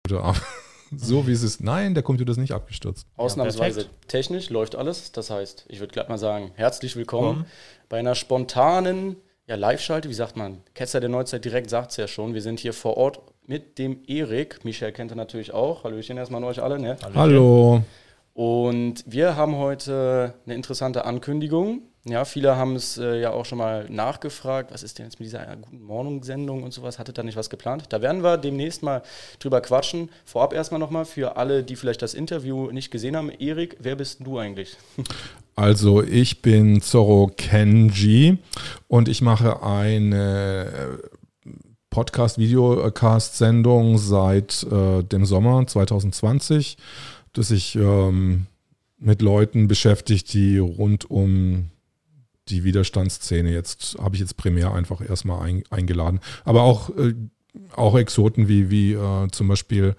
Computer ab. So wie es ist. Nein, der Computer ist nicht abgestürzt. Ausnahmsweise technisch läuft alles. Das heißt, ich würde glatt mal sagen, herzlich willkommen bei einer spontanen Live-Schalte. Wie sagt man? Ketzer der Neuzeit direkt sagt es ja schon. Wir sind hier vor Ort mit dem Erik. Michael kennt er natürlich auch. Hallöchen erstmal an euch alle. Ne? Hallo. Und wir haben heute eine interessante Ankündigung. Ja, viele haben es ja auch schon mal nachgefragt, was ist denn jetzt mit dieser Guten Morgen-Sendung und sowas, hattet da nicht was geplant? Da werden wir demnächst mal drüber quatschen. Vorab erstmal nochmal für alle, die vielleicht das Interview nicht gesehen haben. Erik, wer bist du eigentlich? Also ich bin Zorro Kenji und ich mache eine Podcast-Videocast-Sendung seit dem Sommer 2020, dass sich mit Leuten beschäftigt, die rund um die Widerstandsszene habe ich jetzt primär einfach erstmal eingeladen. Aber auch Exoten wie zum Beispiel,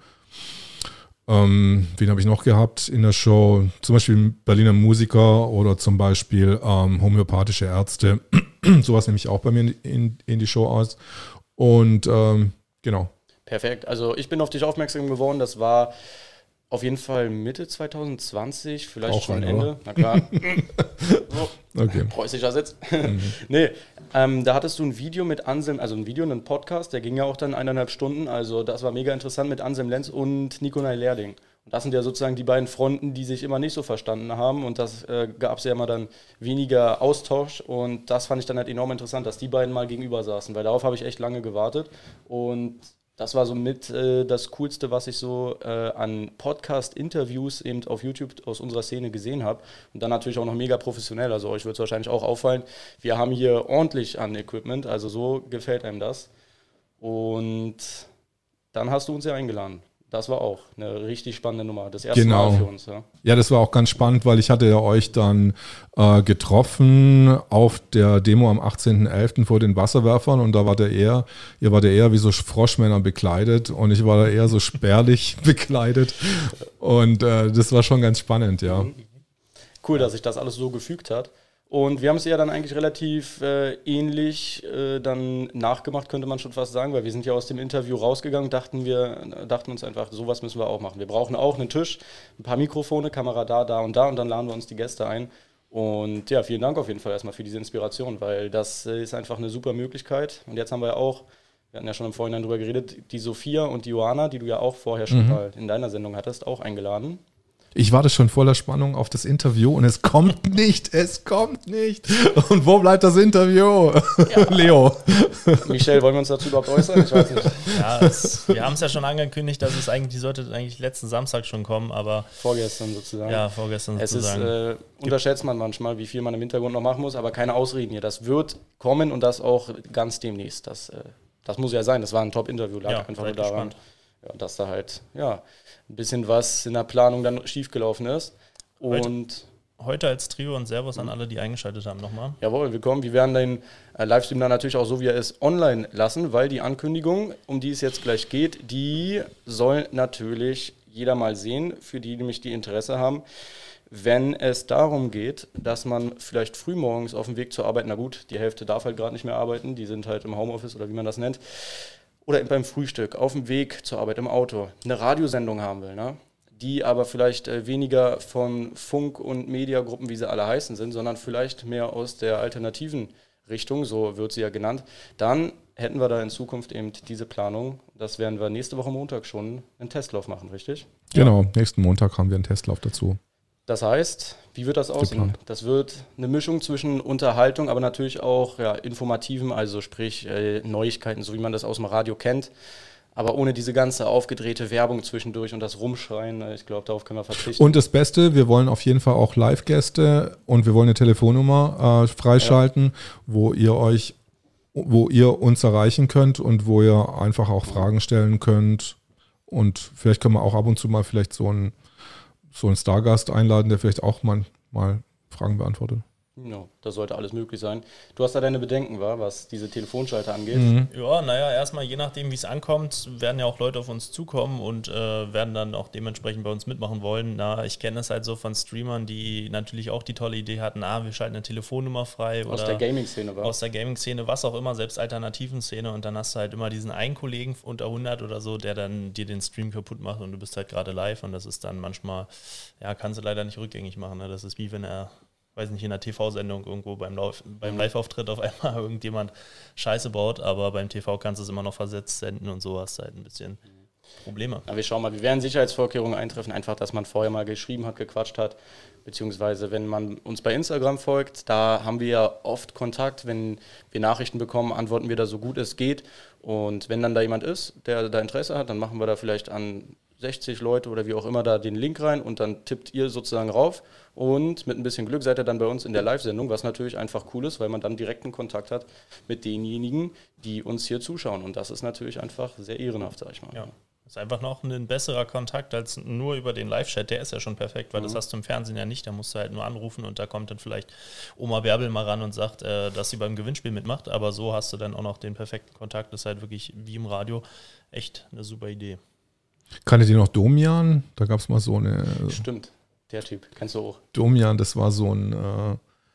wen habe ich noch gehabt in der Show? Zum Beispiel Berliner Musiker oder zum Beispiel homöopathische Ärzte. Sowas nehme ich auch bei mir in die Show aus. Und genau. Perfekt. Also ich bin auf dich aufmerksam geworden. Das war auf jeden Fall Mitte 2020, vielleicht auch schon Ende. Oder? Na klar. So. Okay. Preußischer Sitz. Nee, da hattest du ein Video mit Anselm, also einen Podcast, der ging ja auch dann 1,5 Stunden. Also das war mega interessant mit Anselm Lenz und Nikolai Lerding. Und das sind ja sozusagen die beiden Fronten, die sich immer nicht so verstanden haben. Und das gab es ja immer dann weniger Austausch. Und das fand ich dann halt enorm interessant, dass die beiden mal gegenüber saßen. Weil darauf habe ich echt lange gewartet. Und das war so mit das Coolste, was ich so an Podcast-Interviews eben auf YouTube aus unserer Szene gesehen habe. Und dann natürlich auch noch mega professionell. Also euch wird es wahrscheinlich auch auffallen. Wir haben hier ordentlich an Equipment. Also so gefällt einem das. Und dann hast du uns ja eingeladen. Das war auch eine richtig spannende Nummer. Das erste Mal für uns. Ja, das war auch ganz spannend, weil ich hatte ja euch dann getroffen auf der Demo am 18.11. vor den Wasserwerfern und da ihr wart ja eher wie so Froschmänner bekleidet und ich war da eher so spärlich bekleidet und das war schon ganz spannend, ja. Cool, dass sich das alles so gefügt hat. Und wir haben es ja dann eigentlich relativ ähnlich dann nachgemacht, könnte man schon fast sagen, weil wir sind ja aus dem Interview rausgegangen, dachten uns einfach, sowas müssen wir auch machen. Wir brauchen auch einen Tisch, ein paar Mikrofone, Kamera da und dann laden wir uns die Gäste ein. Und ja, vielen Dank auf jeden Fall erstmal für diese Inspiration, weil das ist einfach eine super Möglichkeit. Und jetzt haben wir ja auch, wir hatten ja schon im Vorhinein drüber geredet, die Sophia und die Johanna, die du ja auch vorher schon mal in deiner Sendung hattest, auch eingeladen. Ich warte schon voller Spannung auf das Interview und es kommt nicht. Und wo bleibt das Interview? Ja. Leo. Michel, wollen wir uns dazu überhaupt äußern? Ich weiß nicht. Ja, wir haben es ja schon angekündigt, dass die sollte eigentlich letzten Samstag schon kommen, aber... Vorgestern sozusagen. Ja, vorgestern sozusagen. Es ist, unterschätzt man manchmal, wie viel man im Hintergrund noch machen muss, aber keine Ausreden hier. Das wird kommen und das auch ganz demnächst. Das muss ja sein. Das war ein Top-Interview, lag einfach nur daran. Ja, dass da halt, ein bisschen was in der Planung dann schiefgelaufen ist. Und heute als Trio und Servus an alle, die eingeschaltet haben nochmal. Jawohl, willkommen. Wir werden den Livestream dann natürlich auch so, wie er ist, online lassen, weil die Ankündigung, um die es jetzt gleich geht, die soll natürlich jeder mal sehen, für die nämlich die Interesse haben. Wenn es darum geht, dass man vielleicht frühmorgens auf dem Weg zur Arbeit, na gut, die Hälfte darf halt gerade nicht mehr arbeiten, die sind halt im Homeoffice oder wie man das nennt, oder beim Frühstück, auf dem Weg zur Arbeit im Auto, eine Radiosendung haben will, ne? Die aber vielleicht weniger von Funk- und Mediagruppen, wie sie alle heißen sind, sondern vielleicht mehr aus der alternativen Richtung, so wird sie ja genannt, dann hätten wir da in Zukunft eben diese Planung. Das werden wir nächste Woche Montag schon einen Testlauf machen, richtig? Genau, nächsten Montag haben wir einen Testlauf dazu. Das heißt, wie wird das aussehen? Das wird eine Mischung zwischen Unterhaltung, aber natürlich auch Informativen, also sprich Neuigkeiten, so wie man das aus dem Radio kennt, aber ohne diese ganze aufgedrehte Werbung zwischendurch und das Rumschreien. Ich glaube, darauf können wir verzichten. Und das Beste, wir wollen auf jeden Fall auch Live-Gäste und wir wollen eine Telefonnummer freischalten, wo ihr uns erreichen könnt und wo ihr einfach auch Fragen stellen könnt. Und vielleicht können wir auch ab und zu mal vielleicht so einen Stargast einladen, der vielleicht auch mal Fragen beantwortet. Ja, das sollte alles möglich sein. Du hast da deine Bedenken, was diese Telefonschalter angeht? Ja, naja, erstmal je nachdem, wie es ankommt, werden ja auch Leute auf uns zukommen und werden dann auch dementsprechend bei uns mitmachen wollen. Ich kenne das halt so von Streamern, die natürlich auch die tolle Idee hatten, wir schalten eine Telefonnummer frei. Aus der Gaming-Szene, Aus der Gaming-Szene, was auch immer, selbst Alternativen-Szene, und dann hast du halt immer diesen einen Kollegen unter 100 oder so, der dann dir den Stream kaputt macht und du bist halt gerade live, und das ist dann manchmal, kannst du leider nicht rückgängig machen. Ne? Das ist wie wenn weiß nicht, in einer TV-Sendung irgendwo beim Live-Auftritt auf einmal irgendjemand Scheiße baut, aber beim TV kannst du es immer noch versetzt senden und so hast du halt ein bisschen Probleme. Ja, wir schauen mal, wie werden Sicherheitsvorkehrungen eintreffen, einfach, dass man vorher mal geschrieben hat, gequatscht hat, beziehungsweise wenn man uns bei Instagram folgt, da haben wir ja oft Kontakt, wenn wir Nachrichten bekommen, antworten wir da so gut es geht, und wenn dann da jemand ist, der da Interesse hat, dann machen wir da vielleicht an 60 Leute oder wie auch immer da den Link rein und dann tippt ihr sozusagen rauf und mit ein bisschen Glück seid ihr dann bei uns in der Live-Sendung, was natürlich einfach cool ist, weil man dann direkten Kontakt hat mit denjenigen, die uns hier zuschauen, und das ist natürlich einfach sehr ehrenhaft, sag ich mal. Ja. Das ist einfach noch ein besserer Kontakt als nur über den Live-Chat, der ist ja schon perfekt, weil das hast du im Fernsehen ja nicht, da musst du halt nur anrufen und da kommt dann vielleicht Oma Bärbel mal ran und sagt, dass sie beim Gewinnspiel mitmacht, aber so hast du dann auch noch den perfekten Kontakt, das ist halt wirklich wie im Radio echt eine super Idee. Kanntet ihr noch Domian? Da gab es mal so eine... Stimmt, der Typ, kennst du auch. Domian, das war so ein...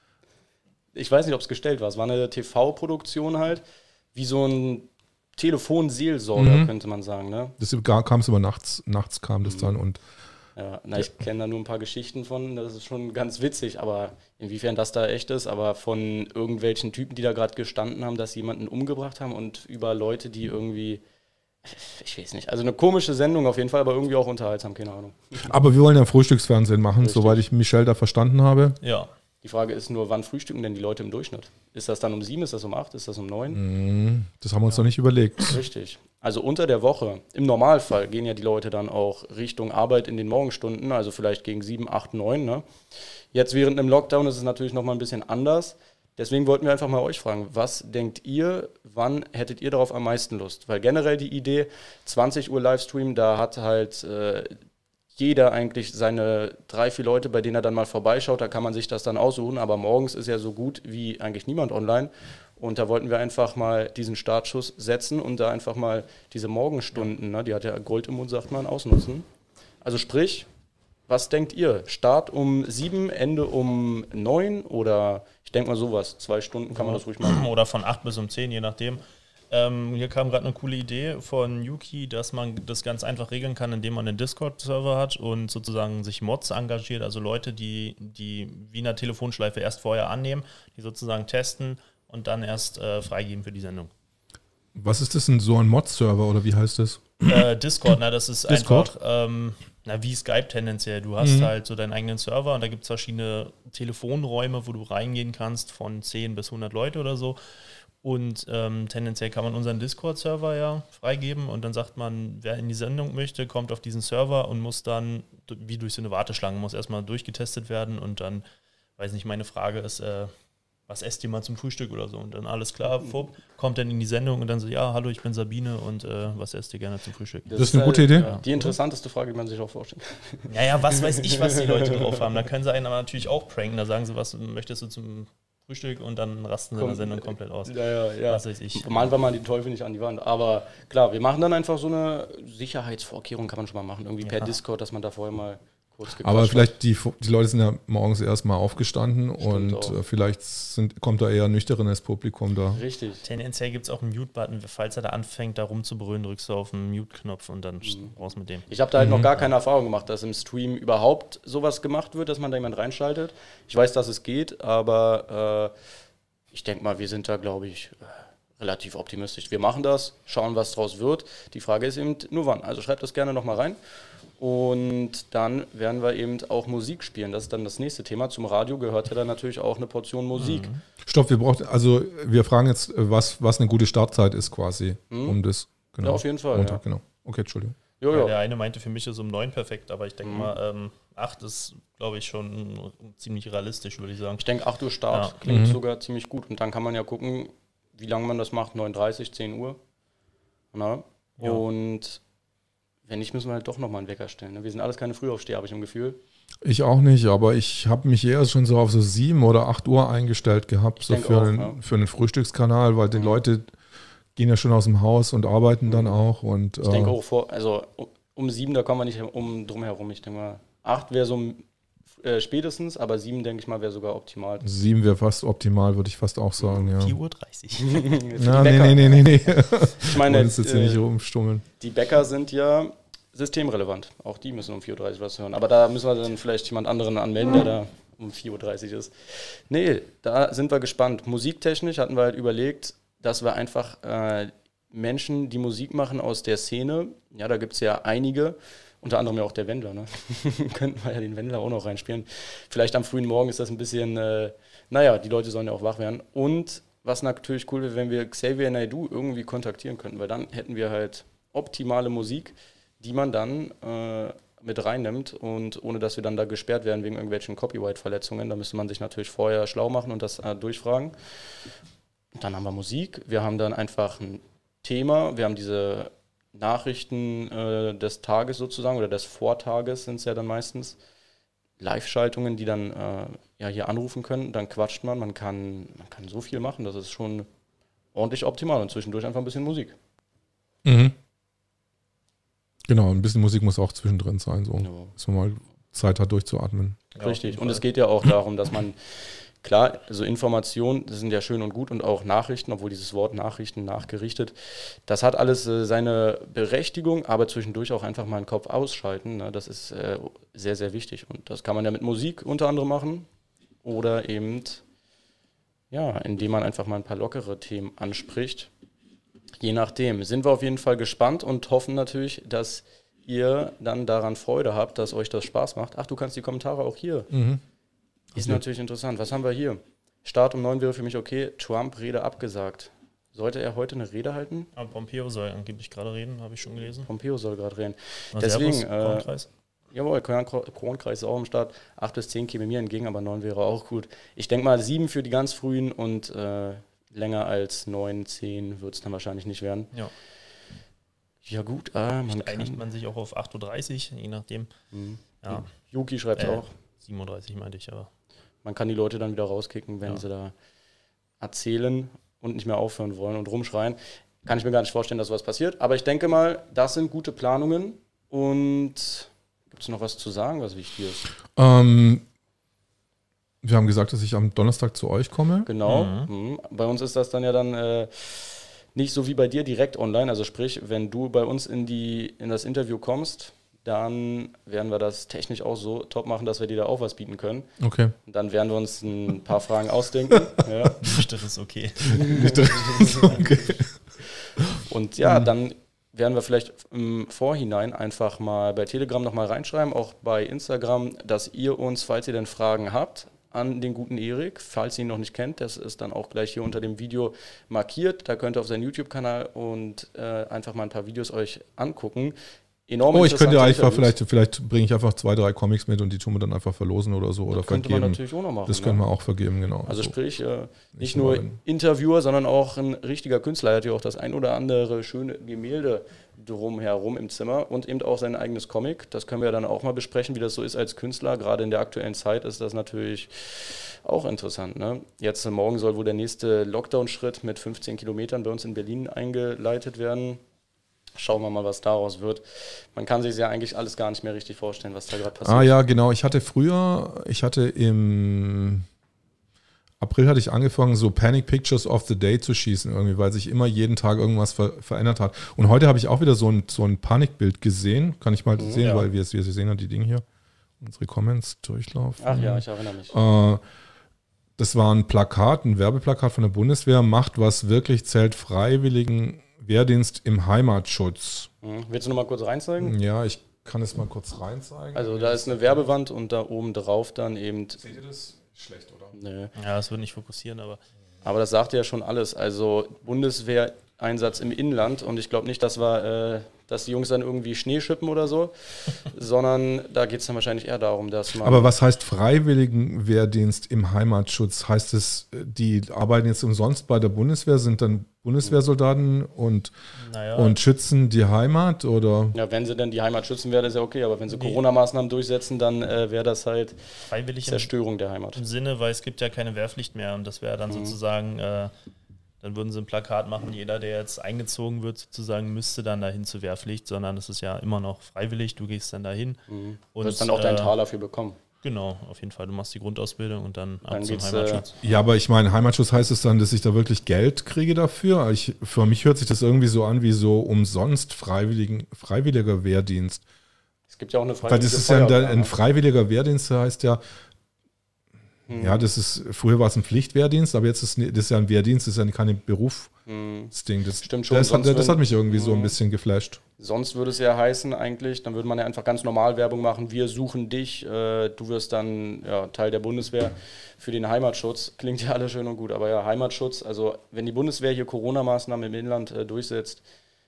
Ich weiß nicht, ob es gestellt war, es war eine TV-Produktion halt, wie so ein Telefonseelsorger, könnte man sagen. Ne? Das kam es aber nachts kam das dann und... Ja, ich kenne da nur ein paar Geschichten von, das ist schon ganz witzig, aber inwiefern das da echt ist, aber von irgendwelchen Typen, die da gerade gestanden haben, dass sie jemanden umgebracht haben und über Leute, die irgendwie... Ich weiß nicht. Also eine komische Sendung auf jeden Fall, aber irgendwie auch unterhaltsam, keine Ahnung. Aber wir wollen ja Frühstücksfernsehen machen, richtig, soweit ich Michel da verstanden habe. Ja. Die Frage ist nur, wann frühstücken denn die Leute im Durchschnitt? Ist das dann um 7, ist das um 8, ist das um 9? Das haben wir uns noch nicht überlegt. Richtig. Also unter der Woche, im Normalfall gehen ja die Leute dann auch Richtung Arbeit in den Morgenstunden, also vielleicht gegen 7, 8, 9. Ne? Jetzt während einem Lockdown ist es natürlich nochmal ein bisschen anders. Deswegen wollten wir einfach mal euch fragen, was denkt ihr, wann hättet ihr darauf am meisten Lust? Weil generell die Idee, 20 Uhr Livestream, da hat halt jeder eigentlich seine 3, 4 Leute, bei denen er dann mal vorbeischaut, da kann man sich das dann aussuchen, aber morgens ist ja so gut wie eigentlich niemand online, und da wollten wir einfach mal diesen Startschuss setzen und da einfach mal diese Morgenstunden, ne, die hat ja Gold im Mund, sagt man, ausnutzen. Also sprich, was denkt ihr? Start um 7, Ende um 9 oder ich denke mal sowas, 2 Stunden kann man das ruhig machen. Oder von 8 bis um 10, je nachdem. Hier kam gerade eine coole Idee von Yuki, dass man das ganz einfach regeln kann, indem man einen Discord-Server hat und sozusagen sich Mods engagiert, also Leute, die wie in einer Telefonschleife erst vorher annehmen, die sozusagen testen und dann erst freigeben für die Sendung. Was ist das denn, so ein Mod-Server oder wie heißt das? Discord, das ist Discord? einfach wie Skype tendenziell. Du hast halt so deinen eigenen Server und da gibt es verschiedene Telefonräume, wo du reingehen kannst von 10 bis 100 Leute oder so. Und tendenziell kann man unseren Discord-Server ja freigeben und dann sagt man, wer in die Sendung möchte, kommt auf diesen Server und muss dann, wie durch so eine Warteschlange, muss erstmal durchgetestet werden und dann, weiß nicht, meine Frage ist, was esst ihr mal zum Frühstück oder so? Und dann alles klar, kommt dann in die Sendung und dann so, ja, hallo, ich bin Sabine und was esst ihr gerne zum Frühstück? Das ist eine gute Idee. Die interessanteste Frage, die man sich auch vorstellt. Ja, was weiß ich, was die Leute drauf haben. Da können sie einen aber natürlich auch pranken. Da sagen sie, was möchtest du zum Frühstück, und dann rasten sie in der Sendung komplett aus. Ja. Was weiß ich. Malen wir mal die Teufel nicht an die Wand. Aber klar, wir machen dann einfach so eine Sicherheitsvorkehrung, kann man schon mal machen. Irgendwie per Discord, dass man da vorher mal kurz gequatscht Aber vielleicht die Leute sind ja morgens erstmal aufgestanden. Stimmt und auch. Vielleicht kommt da eher nüchternes Publikum da. Richtig. Tendenziell gibt es auch einen Mute-Button. Falls er da anfängt, da rumzubrüllen, drückst du auf den Mute-Knopf und dann raus mit dem. Ich habe da halt noch gar keine Erfahrung gemacht, dass im Stream überhaupt sowas gemacht wird, dass man da jemand reinschaltet. Ich weiß, dass es geht, aber ich denke mal, wir sind da, glaube ich, relativ optimistisch. Wir machen das, schauen, was draus wird. Die Frage ist eben nur wann. Also schreibt das gerne nochmal rein. Und dann werden wir eben auch Musik spielen. Das ist dann das nächste Thema. Zum Radio gehört ja dann natürlich auch eine Portion Musik. Stopp, wir fragen jetzt, was eine gute Startzeit ist quasi, um das. Genau. Ja, auf jeden Fall. Montag, genau. Okay, Entschuldigung. Ja, der eine meinte, für mich ist um 9 perfekt, aber ich denke mal, 8 ist, glaube ich, schon ziemlich realistisch, würde ich sagen. Ich denke, 8 Uhr Start klingt sogar ziemlich gut. Und dann kann man ja gucken, wie lange man das macht. 9:30, 10 Uhr. Na? Ja. Und Wenn nicht, müssen wir halt doch nochmal einen Wecker stellen. Ne? Wir sind alles keine Frühaufsteher, habe ich im Gefühl. Ich auch nicht, aber ich habe mich eher schon so auf so 7 oder 8 Uhr eingestellt gehabt, so für einen Frühstückskanal, weil die Leute gehen ja schon aus dem Haus und arbeiten dann auch. Und, ich denke auch um 7, da kommen wir nicht drum herum. Ich denke mal, 8 wäre so spätestens, aber 7, denke ich mal, wäre sogar optimal. 7 wäre fast optimal, würde ich fast auch sagen, ja. 4:30 Uhr. Ja, nee. Ich meine, jetzt hier nicht rumstummeln. Die Bäcker sind ja systemrelevant. Auch die müssen um 4:30 Uhr was hören. Aber da müssen wir dann vielleicht jemand anderen anmelden, der da um 4:30 Uhr ist. Nee, da sind wir gespannt. Musiktechnisch hatten wir halt überlegt, dass wir einfach Menschen, die Musik machen aus der Szene, ja, da gibt es ja einige, unter anderem ja auch der Wendler, ne? Könnten wir ja den Wendler auch noch reinspielen. Vielleicht am frühen Morgen ist das ein bisschen, die Leute sollen ja auch wach werden. Und was natürlich cool wäre, wenn wir Xavier Naidoo irgendwie kontaktieren könnten, weil dann hätten wir halt optimale Musik, die man dann mit reinnimmt und ohne, dass wir dann da gesperrt werden wegen irgendwelchen Copyright-Verletzungen. Da müsste man sich natürlich vorher schlau machen und das durchfragen. Und dann haben wir Musik, wir haben dann einfach ein Thema, wir haben diese Nachrichten des Tages sozusagen oder des Vortages sind es ja dann meistens, Live-Schaltungen, die dann hier anrufen können, dann quatscht man kann so viel machen, das ist schon ordentlich optimal und zwischendurch einfach ein bisschen Musik. Mhm. Genau, ein bisschen Musik muss auch zwischendrin sein, so, dass man mal Zeit hat durchzuatmen. Ja, richtig, und es geht ja auch darum, dass man, klar, also Informationen, das sind ja schön und gut und auch Nachrichten, obwohl dieses Wort Nachrichten nachgerichtet, das hat alles seine Berechtigung, aber zwischendurch auch einfach mal den Kopf ausschalten, ne? Das ist sehr, sehr wichtig und das kann man ja mit Musik unter anderem machen oder eben, ja, indem man einfach mal ein paar lockere Themen anspricht. Je nachdem sind wir auf jeden Fall gespannt und hoffen natürlich, dass ihr dann daran Freude habt, dass euch das Spaß macht. Ach, du kannst die Kommentare auch hier. Ist natürlich interessant. Was haben wir hier? Start um 9 wäre für mich okay. Trump, Rede abgesagt. Sollte er heute eine Rede halten? Aber Pompeo soll angeblich gerade reden, habe ich schon gelesen. Pompeo soll gerade reden. Deswegen, Kornkreis? Jawohl, Kornkreis ist auch am Start. 8 bis 10 käme mir entgegen, aber 9 wäre auch gut. Ich denke mal 7 für die ganz frühen und länger als 9, 10 wird es dann wahrscheinlich nicht werden. Ja. Ja gut, einigt man sich auch auf 8:30 Uhr, je nachdem. Ja. Yuki schreibt es auch. 37 meinte ich, aber. Man kann die Leute dann wieder rauskicken, wenn sie da erzählen und nicht mehr aufhören wollen und rumschreien. Kann ich mir gar nicht vorstellen, dass sowas passiert. Aber ich denke mal, das sind gute Planungen. Und gibt es noch was zu sagen, was wichtig ist? Wir haben gesagt, dass ich am Donnerstag zu euch komme. Genau. Bei uns ist das dann ja dann nicht so wie bei dir direkt online. Also sprich, wenn du bei uns in das Interview kommst, dann werden wir das technisch auch so top machen, dass wir dir da auch was bieten können. Okay. Dann werden wir uns ein paar Fragen ausdenken. Ja. Das ist okay. Und ja, dann werden wir vielleicht im Vorhinein einfach mal bei Telegram nochmal reinschreiben, auch bei Instagram, dass ihr uns, falls ihr denn Fragen habt, an den guten Erik, falls ihr ihn noch nicht kennt, das ist dann auch gleich hier unter dem Video markiert. Da könnt ihr auf seinen YouTube-Kanal und einfach mal ein paar Videos euch angucken. Ich könnte ja einfach, vielleicht bringe ich einfach 2, 3 Comics mit und die tun wir dann einfach verlosen oder so. Oder könnte vergeben. Man natürlich auch noch machen. Das können wir auch vergeben, genau. Also sprich, nicht nur Interviewer, sondern auch ein richtiger Künstler. Er hat ja auch das ein oder andere schöne Gemälde drumherum im Zimmer und eben auch sein eigenes Comic. Das können wir dann auch mal besprechen, wie das so ist als Künstler. Gerade in der aktuellen Zeit ist das natürlich auch interessant. Ne? Jetzt morgen soll wohl der nächste Lockdown-Schritt mit 15 Kilometern bei uns in Berlin eingeleitet werden. Schauen wir mal, was daraus wird. Man kann sich ja eigentlich alles gar nicht mehr richtig vorstellen, was da gerade passiert. Ah ja, genau. Ich hatte im April angefangen, so Panic Pictures of the Day zu schießen, irgendwie, weil sich immer jeden Tag irgendwas verändert hat. Und heute habe ich auch wieder so ein Panikbild gesehen. Kann ich mal sehen, weil wir sehen die Dinge hier. Unsere Comments durchlaufen. Ach ja, ich erinnere mich. Das war ein Werbeplakat von der Bundeswehr, macht was wirklich zählt, Freiwilligen Wehrdienst im Heimatschutz. Willst du noch mal kurz reinzeigen? Ja, ich kann es mal kurz reinzeigen. Also da ist eine Werbewand und da oben drauf dann eben... Seht ihr das? Schlecht, oder? Nee. Ja, das wird nicht fokussieren, aber... Aber das sagt ja schon alles. Also Bundeswehr Einsatz im Inland und ich glaube nicht, dass die Jungs dann irgendwie Schnee schippen oder so, sondern da geht es dann wahrscheinlich eher darum, dass man... Aber was heißt Freiwilligenwehrdienst im Heimatschutz? Heißt es, die arbeiten jetzt umsonst bei der Bundeswehr, sind dann Bundeswehrsoldaten und schützen die Heimat? Oder? Ja, wenn sie dann die Heimat schützen, wäre das ja okay, aber wenn sie Corona-Maßnahmen durchsetzen, dann wäre das halt freiwillig Zerstörung der Heimat. Im Sinne, weil es gibt ja keine Wehrpflicht mehr und das wäre dann sozusagen... Dann würden sie ein Plakat machen, jeder, der jetzt eingezogen wird, sozusagen, müsste dann dahin zur Wehrpflicht, sondern es ist ja immer noch freiwillig, du gehst dann dahin. Und du wirst dann auch deinen Taler dafür bekommen. Genau, auf jeden Fall. Du machst die Grundausbildung und dann ab zum Heimatschutz. Ja, aber ich meine, Heimatschutz heißt es dann, dass ich da wirklich Geld kriege dafür? Für mich hört sich das irgendwie so an wie so umsonst freiwilliger Wehrdienst. Es gibt ja auch eine Freiwillige Weil das ist ja ein freiwilliger Wehrdienst, heißt ja, ja, früher war es ein Pflichtwehrdienst, aber jetzt ist das ja ein Wehrdienst, das ist ja kein Berufsding. Das stimmt schon. Das hat mich irgendwie so ein bisschen geflasht. Sonst würde es ja heißen eigentlich, dann würde man ja einfach ganz normal Werbung machen, wir suchen dich, du wirst dann Teil der Bundeswehr für den Heimatschutz. Klingt ja alles schön und gut, aber ja, Heimatschutz, also wenn die Bundeswehr hier Corona-Maßnahmen im Inland durchsetzt,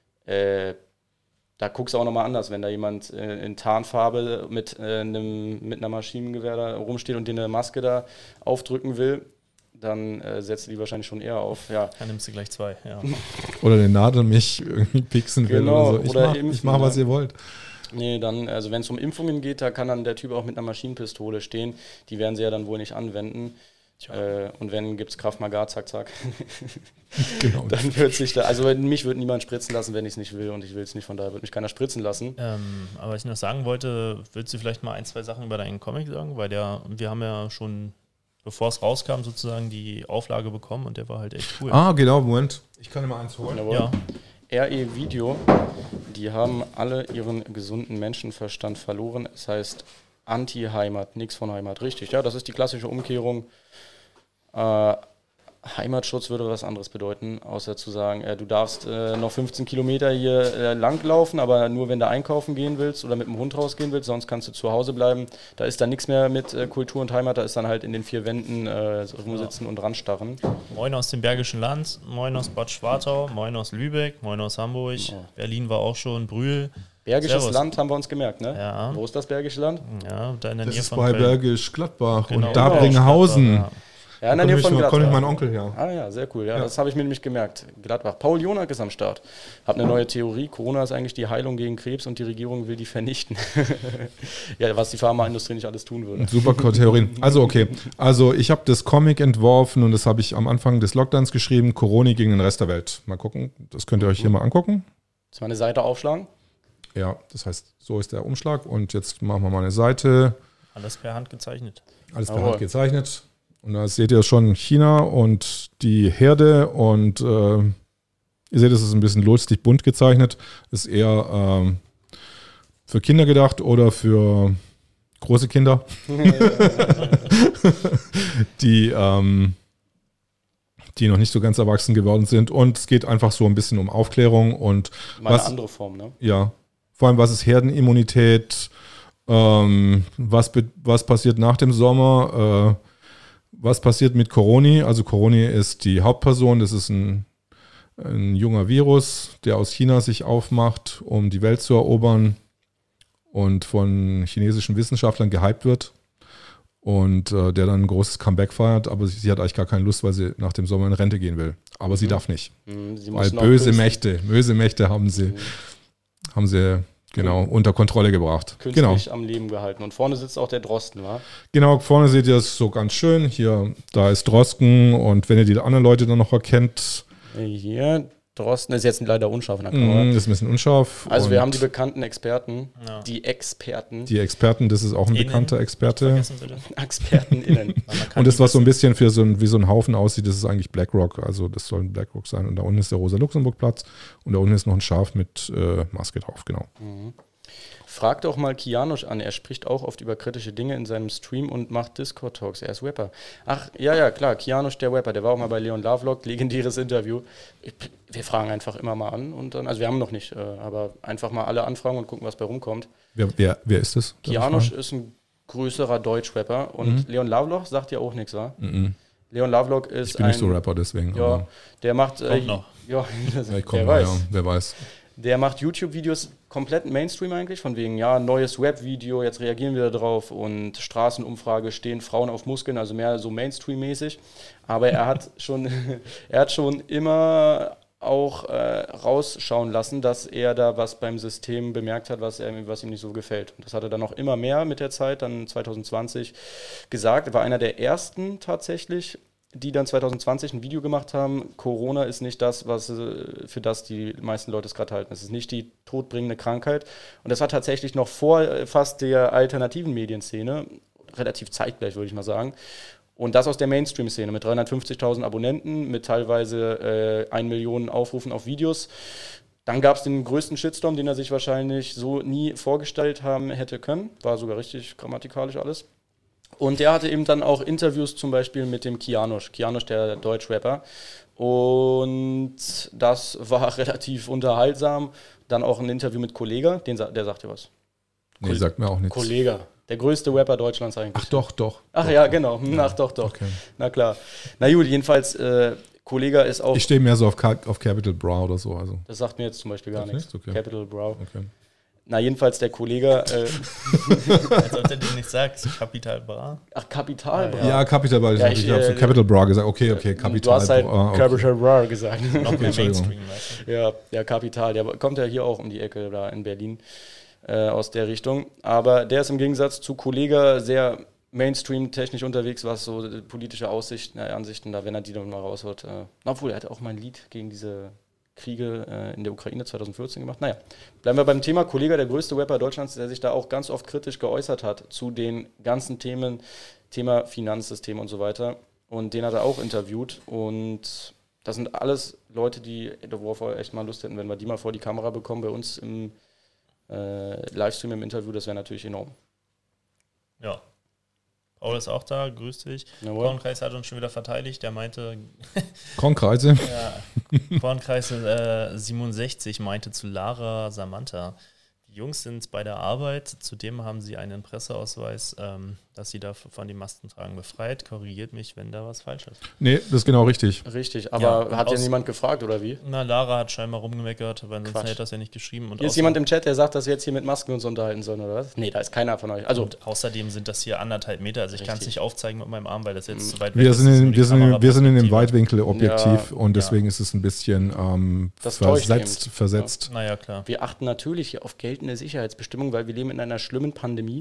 da guckst du auch nochmal anders, wenn da jemand in Tarnfarbe mit einer Maschinengewehr da rumsteht und dir eine Maske da aufdrücken will, dann setzt du die wahrscheinlich schon eher auf. Ja. Dann nimmst du gleich 2, ja. Oder eine Nadel mich irgendwie pixen will oder so. Ich mach, was ihr wollt. Nee, dann, also wenn es um Impfungen geht, da kann dann der Typ auch mit einer Maschinenpistole stehen. Die werden sie ja dann wohl nicht anwenden. Und wenn, gibt es Krav Maga, zack, zack. Genau. Dann wird sich also mich wird niemand spritzen lassen, wenn ich es nicht will und ich will es nicht, von daher wird mich keiner spritzen lassen. Aber was ich noch sagen wollte, willst du vielleicht mal 1, 2 Sachen über deinen Comic sagen? Weil wir haben ja schon, bevor es rauskam, sozusagen die Auflage bekommen und der war halt echt cool. Ah, genau, Moment. Ich kann dir mal eins holen. Ja. RE Video, die haben alle ihren gesunden Menschenverstand verloren. Es heißt Anti-Heimat, nichts von Heimat. Richtig, ja, das ist die klassische Umkehrung. Heimatschutz würde was anderes bedeuten, außer zu sagen, du darfst noch 15 Kilometer hier langlaufen, aber nur wenn du einkaufen gehen willst oder mit dem Hund rausgehen willst, sonst kannst du zu Hause bleiben. Da ist dann nichts mehr mit Kultur und Heimat, da ist dann halt in den 4 Wänden rumsitzen und ranstarren. Moin aus dem Bergischen Land, moin aus Bad Schwartau, moin aus Lübeck, moin aus Hamburg, Berlin war auch schon, Brühl. Bergisches Servus. Land haben wir uns gemerkt, ne? Ja. Wo ist das Bergische Land? Ja, da in der Nähe von Köln. Das ist bei Bergisch Gladbach und Dabringhausen. Ja, in der Nähe von Gladbach. Kommt mein Onkel her. Ah ja, sehr cool. Ja, das habe ich mir nämlich gemerkt. Gladbach. Paul Jonak ist am Start. Hab eine neue Theorie. Corona ist eigentlich die Heilung gegen Krebs und die Regierung will die vernichten. Ja, was die Pharmaindustrie nicht alles tun würde. Super Theorien. Also okay. Also ich habe das Comic entworfen und das habe ich am Anfang des Lockdowns geschrieben. Corona gegen den Rest der Welt. Mal gucken. Das könnt ihr euch hier mal angucken. Jetzt mal eine Seite aufschlagen. Ja, das heißt, so ist der Umschlag. Und jetzt machen wir mal eine Seite. Alles per Hand gezeichnet. Alles per Hand gezeichnet. Und da seht ihr schon China und die Herde und ihr seht, es ist ein bisschen lustig bunt gezeichnet. Ist eher für Kinder gedacht oder für große Kinder, die noch nicht so ganz erwachsen geworden sind. Und es geht einfach so ein bisschen um Aufklärung und mal eine andere Form, ne? Ja, vor allem was ist Herdenimmunität, was passiert nach dem Sommer, was passiert mit Corona? Also Corona ist die Hauptperson, das ist ein junger Virus, der aus China sich aufmacht, um die Welt zu erobern und von chinesischen Wissenschaftlern gehypt wird und der dann ein großes Comeback feiert, aber sie hat eigentlich gar keine Lust, weil sie nach dem Sommer in Rente gehen will. Aber sie darf nicht, weil böse Mächte haben sie genau, unter Kontrolle gebracht. Künstlich am Leben gehalten. Und vorne sitzt auch der Drosten, wa? Genau, vorne seht ihr es so ganz schön. Hier, da ist Drosten und wenn ihr die anderen Leute dann noch erkennt. Hier, Drosten ist jetzt leider unscharf in der Kamera. Das ist ein bisschen unscharf. Also wir haben die bekannten Experten, die Experten. Die Experten, das ist auch ein bekannter Experte. ExpertenInnen. Und das, was so ein bisschen wie so ein Haufen aussieht, das ist eigentlich BlackRock. Also das soll ein BlackRock sein. Und da unten ist der Rosa-Luxemburg-Platz und da unten ist noch ein Schaf mit Maske drauf, genau. Frag doch mal Kianosch an, er spricht auch oft über kritische Dinge in seinem Stream und macht Discord-Talks, er ist Rapper. Ach, ja, klar, Kianosch, der Rapper, der war auch mal bei Leon Lovelock, legendäres Interview. Wir fragen einfach immer mal an und dann, also wir haben noch nicht, aber einfach mal alle anfragen und gucken, was bei rumkommt. Wer ist das? Kianosch ist ein größerer Deutsch-Rapper und Leon Lovelock sagt ja auch nichts, wa? Leon Lovelock ist Ich bin nicht so Rapper, deswegen. Ja, der macht... Kommt noch. Ja, wer weiß. Der macht YouTube-Videos komplett Mainstream eigentlich, von wegen, ja, neues Rap-Video, jetzt reagieren wir darauf und Straßenumfrage, stehen Frauen auf Muskeln, also mehr so Mainstream-mäßig. Aber er hat schon immer auch rausschauen lassen, dass er da was beim System bemerkt hat, was ihm nicht so gefällt. Und das hat er dann auch immer mehr mit der Zeit, dann 2020 gesagt. Er war einer der ersten tatsächlich, die dann 2020 ein Video gemacht haben. Corona ist nicht das, für das die meisten Leute es gerade halten. Es ist nicht die todbringende Krankheit. Und das war tatsächlich noch vor fast der alternativen Medienszene, relativ zeitgleich, würde ich mal sagen. Und das aus der Mainstream-Szene mit 350.000 Abonnenten, mit teilweise 1 Million Aufrufen auf Videos. Dann gab es den größten Shitstorm, den er sich wahrscheinlich so nie vorgestellt haben hätte können. War sogar richtig grammatikalisch alles. Und der hatte eben dann auch Interviews zum Beispiel mit dem Kianosch, der Deutschrapper. Und das war relativ unterhaltsam. Dann auch ein Interview mit Kollega, der sagt dir was. Nee, sagt mir auch nichts. Kollega, der größte Rapper Deutschlands eigentlich. Ach doch. Ach ja, genau. Ach doch. Okay. Na klar. Na gut, jedenfalls, Kollega ist auch... Ich stehe mehr so auf Capital Bra oder so. Also. Das sagt mir jetzt zum Beispiel gar nichts. Okay. Capital Bra. Okay. Na, jedenfalls der Kollege... Als ob der dir nicht sagt, Capital Bra. Ach, Capital Bra. Ja, Capital Bra. Ich habe so Capital Bra gesagt. Okay, Capital Du hast halt Bra. Capital Bra gesagt. Noch mehr Mainstream. Ja, Capital. Der kommt ja hier auch um die Ecke da in Berlin aus der Richtung. Aber der ist im Gegensatz zu Kollege sehr Mainstream-technisch unterwegs, was so politische Ansichten, da wenn er die dann mal rausholt. Obwohl, er hat auch mal ein Lied gegen diese Kriege in der Ukraine 2014 gemacht. Naja, bleiben wir beim Thema. Kollege, der größte Rapper Deutschlands, der sich da auch ganz oft kritisch geäußert hat zu den ganzen Themen, Thema Finanzsystem und so weiter. Und den hat er auch interviewt. Und das sind alles Leute, worauf wir echt mal Lust hätten, wenn wir die mal vor die Kamera bekommen, bei uns im Livestream, im Interview, das wäre natürlich enorm. Ja. Paul ist auch da, grüß dich. Kornkreis hat uns schon wieder verteidigt, der meinte... Kornkreise? Ja, Kornkreise 67 meinte zu Lara Samantha, die Jungs sind bei der Arbeit, zudem haben sie einen Presseausweis, dass sie da von dem Mastentragen befreit. Korrigiert mich, wenn da was falsch ist. Nee, das ist genau richtig. Richtig, aber hat ja niemand gefragt, oder wie? Na, Lara hat scheinbar rumgemeckert, weil sonst hätte das ja nicht geschrieben. Und hier ist jemand im Chat, der sagt, dass wir jetzt hier mit Masken uns unterhalten sollen, oder was? Nee, da ist keiner von euch. Also, und außerdem sind das hier 1,5 Meter, also ich kann es nicht aufzeigen mit meinem Arm, weil das jetzt zu weit weg ist. Wir sind in dem Weitwinkelobjektiv und deswegen ist es ein bisschen versetzt. Ja. Naja, klar. Wir achten natürlich hier auf geltende Sicherheitsbestimmungen, weil wir leben in einer schlimmen Pandemie.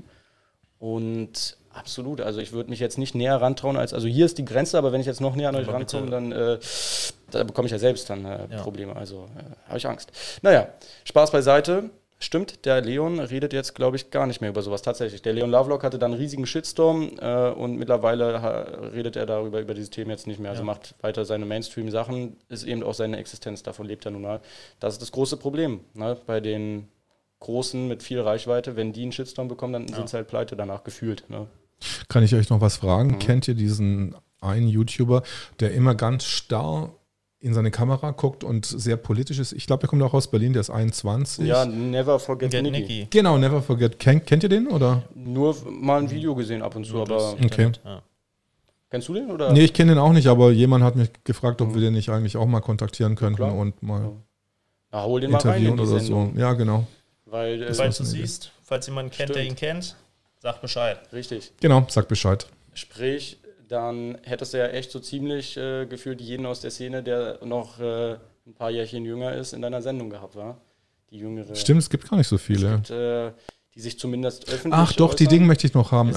Und absolut, also ich würde mich jetzt nicht näher rantrauen, also hier ist die Grenze, aber wenn ich jetzt noch näher an euch rankomme, dann da bekomme ich ja selbst dann Probleme, also habe ich Angst. Naja, Spaß beiseite. Stimmt, der Leon redet jetzt, glaube ich, gar nicht mehr über sowas tatsächlich. Der Leon Lovelock hatte dann einen riesigen Shitstorm und mittlerweile redet er über dieses Thema jetzt nicht mehr. Also macht weiter seine Mainstream-Sachen, ist eben auch seine Existenz, davon lebt er nun mal. Das ist das große Problem, ne, bei den Großen mit viel Reichweite. Wenn die einen Shitstorm bekommen, dann sind sie halt pleite danach gefühlt. Ne? Kann ich euch noch was fragen? Kennt ihr diesen einen YouTuber, der immer ganz starr in seine Kamera guckt und sehr politisch ist? Ich glaube, der kommt auch aus Berlin, der ist 21. Ja, Never Forget Nicky. Genau, Never Forget. Kennt ihr den, oder? Nur mal ein Video gesehen ab und zu, aber... Okay. Ja. Kennst du den, oder? Nee, ich kenne den auch nicht, aber jemand hat mich gefragt, ob wir den nicht eigentlich auch mal kontaktieren könnten und mal hol den mal rein in die oder Sendung. so. Ja, genau. Weil, falls du siehst, falls jemand kennt, der ihn kennt, sag Bescheid. Richtig. Genau, sag Bescheid. Sprich, dann hättest du ja echt so ziemlich gefühlt jeden aus der Szene, der noch ein paar Jährchen jünger ist, in deiner Sendung gehabt, war. Die jüngere. Stimmt, es gibt gar nicht so viele. Es gibt, die sich zumindest öffentlich Ach doch, die Dinge möchte ich noch haben.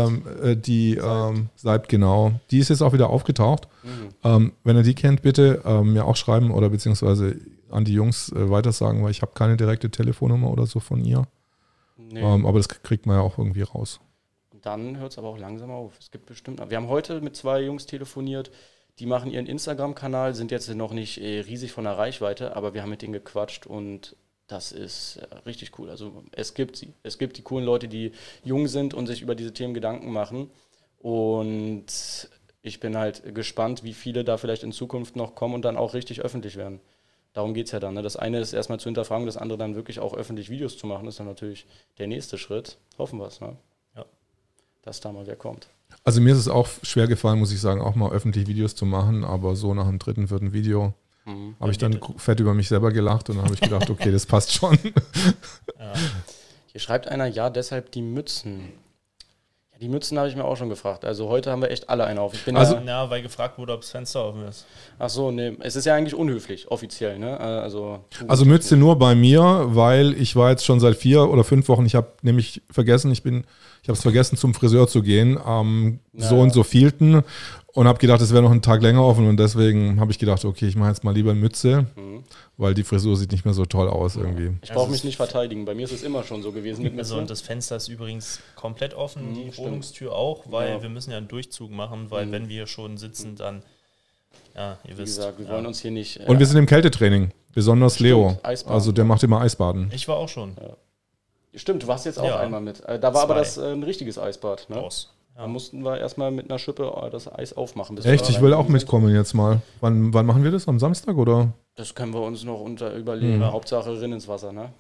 Seibt, genau. Die ist jetzt auch wieder aufgetaucht. Wenn ihr die kennt, bitte mir auch schreiben oder beziehungsweise an die Jungs weitersagen, weil ich habe keine direkte Telefonnummer oder so von ihr. Nee. Aber das kriegt man ja auch irgendwie raus. Dann hört es aber auch langsam auf. Es gibt bestimmt. Wir haben heute mit 2 Jungs telefoniert, die machen ihren Instagram-Kanal, sind jetzt noch nicht riesig von der Reichweite, aber wir haben mit denen gequatscht und das ist richtig cool. Also es gibt sie. Es gibt die coolen Leute, die jung sind und sich über diese Themen Gedanken machen. Und ich bin halt gespannt, wie viele da vielleicht in Zukunft noch kommen und dann auch richtig öffentlich werden. Darum geht es ja dann. Ne? Das eine ist erstmal zu hinterfragen, das andere dann wirklich auch öffentlich Videos zu machen, ist dann natürlich der nächste Schritt. Hoffen wir es, ne? Ja. Dass da mal wer kommt. Also mir ist es auch schwer gefallen, muss ich sagen, auch mal öffentlich Videos zu machen, aber so nach dem 3., 4. Video habe ich dann fett über mich selber gelacht und dann habe ich gedacht, okay, das passt schon. Ja. Hier schreibt einer, ja, deshalb die Mützen. Ja, die Mützen habe ich mir auch schon gefragt. Also heute haben wir echt alle eine auf. Ich bin weil gefragt wurde, ob das Fenster offen ist. Ach so, nee, es ist ja eigentlich unhöflich, offiziell, ne? Also Mütze nur bei mir, weil ich war jetzt schon seit 4 oder 5 Wochen, ich habe nämlich vergessen, ich habe es vergessen, zum Friseur zu gehen, am so und so vielten und habe gedacht, es wäre noch einen Tag länger offen und deswegen habe ich gedacht, okay, ich mache jetzt mal lieber eine Mütze, weil die Frisur sieht nicht mehr so toll aus irgendwie. Ich brauche mich nicht verteidigen, bei mir ist es immer schon so gewesen mit Mütze. Und das Fenster ist übrigens komplett offen, die Wohnungstür auch, weil wir müssen ja einen Durchzug machen, weil wenn wir schon sitzen, dann, ja, ihr wisst. Wie gesagt, wir wollen uns hier nicht... Und wir sind im Kältetraining, besonders Leo, also der macht immer Eisbaden. Ich war auch schon. Ja. Stimmt, du warst jetzt auch einmal mit. Da war aber das ein richtiges Eisbad, ne? Da mussten wir erstmal mit einer Schippe das Eis aufmachen. Echt? Ich will auch mitkommen jetzt mal. Wann machen wir das? Am Samstag oder? Das können wir uns noch überlegen. Hauptsache Rinn ins Wasser, ne?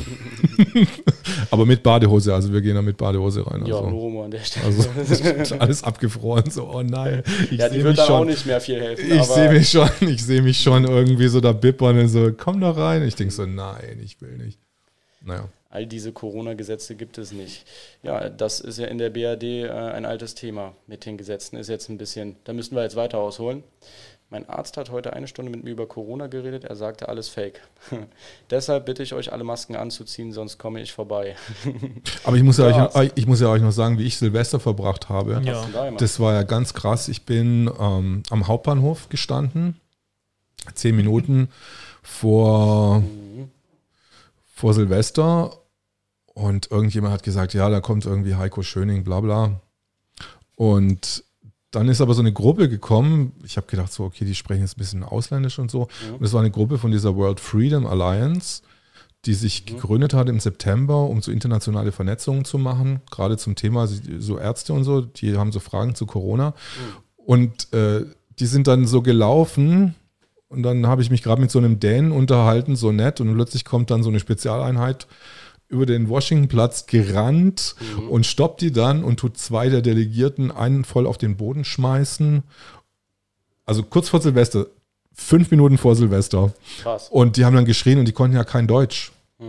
Aber mit Badehose, also wir gehen da mit Badehose rein. Ja, nur an der Stelle. Also alles abgefroren, so, oh nein. Die wird dann auch nicht mehr viel helfen. Ich sehe mich schon irgendwie so da bippern und so, komm da rein. Ich denke so, nein, ich will nicht. Naja. All diese Corona-Gesetze gibt es nicht. Ja, das ist ja in der BRD ein altes Thema mit den Gesetzen. Ist jetzt ein bisschen, da müssen wir jetzt weiter ausholen. Mein Arzt hat heute 1 Stunde mit mir über Corona geredet. Er sagte, alles Fake. Deshalb bitte ich euch, alle Masken anzuziehen, sonst komme ich vorbei. Aber ich muss ja euch noch sagen, wie ich Silvester verbracht habe. Ja. Das war ja ganz krass. Ich bin am Hauptbahnhof gestanden, 10 Minuten vor Silvester. Und irgendjemand hat gesagt, ja, da kommt irgendwie Heiko Schöning, bla bla. Und dann ist aber so eine Gruppe gekommen. Ich habe gedacht, so, okay, die sprechen jetzt ein bisschen ausländisch und so. Und das war eine Gruppe von dieser World Freedom Alliance, die sich gegründet hat im September, um so internationale Vernetzungen zu machen. Gerade zum Thema so Ärzte und so, die haben so Fragen zu Corona. Und die sind dann so gelaufen. Und dann habe ich mich gerade mit so einem Dänen unterhalten, so nett. Und plötzlich kommt dann so eine Spezialeinheit über den Washingtonplatz gerannt und stoppt die dann und tut 2 der Delegierten einen voll auf den Boden schmeißen. Also kurz vor Silvester, 5 Minuten vor Silvester. Krass. Und die haben dann geschrien und die konnten ja kein Deutsch.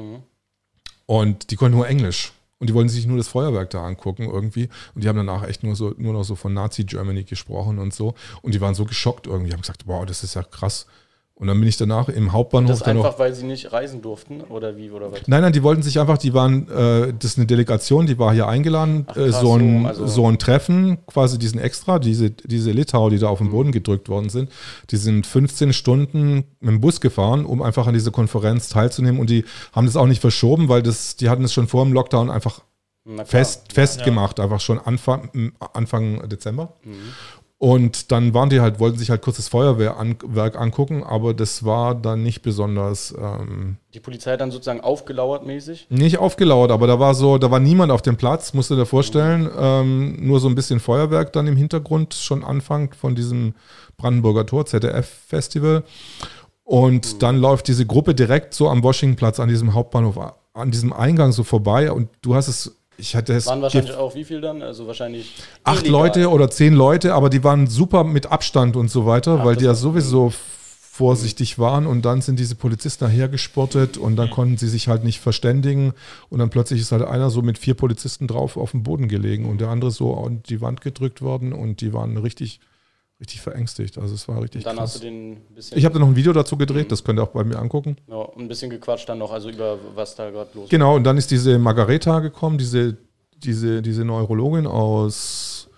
Und die konnten nur Englisch. Und die wollten sich nur das Feuerwerk da angucken irgendwie. Und die haben danach echt nur noch so von Nazi-Germany gesprochen und so. Und die waren so geschockt irgendwie. Die haben gesagt, wow, das ist ja krass. Und dann bin ich danach im Hauptbahnhof. Das einfach, weil sie nicht reisen durften oder wie oder was? Nein, die wollten sich einfach, das ist eine Delegation, die war hier eingeladen, krass, so ein Treffen, quasi diesen extra, diese Litauer, die da auf den Boden gedrückt worden sind, die sind 15 Stunden mit dem Bus gefahren, um einfach an dieser Konferenz teilzunehmen und die haben das auch nicht verschoben, weil die hatten es schon vor dem Lockdown einfach festgemacht, einfach schon Anfang Dezember. Und dann wollten sich halt kurz das Feuerwehrwerk angucken, aber das war dann nicht besonders... Die Polizei hat dann sozusagen aufgelauert mäßig? Nicht aufgelauert, aber da war niemand auf dem Platz, musst du dir vorstellen. Nur so ein bisschen Feuerwerk dann im Hintergrund, schon Anfang von diesem Brandenburger Tor, ZDF-Festival. Und dann läuft diese Gruppe direkt so am Washingtonplatz, an diesem Hauptbahnhof, an diesem Eingang so vorbei und du hast es... Waren wahrscheinlich auch wie viel dann? Also wahrscheinlich 8 illegal. Leute oder 10 Leute, aber die waren super mit Abstand und so weiter, weil die ja sowieso vorsichtig waren und dann sind diese Polizisten dahergesportet und dann konnten sie sich halt nicht verständigen und dann plötzlich ist halt einer so mit 4 Polizisten drauf auf dem Boden gelegen und der andere so an die Wand gedrückt worden und die waren richtig verängstigt. Also es war richtig krass. Dann hast du den ein bisschen... Ich habe da noch ein Video dazu gedreht, das könnt ihr auch bei mir angucken. Ja, ein bisschen gequatscht dann noch, also über was da gerade los ist. Genau, und dann ist diese Margareta gekommen, diese Neurologin aus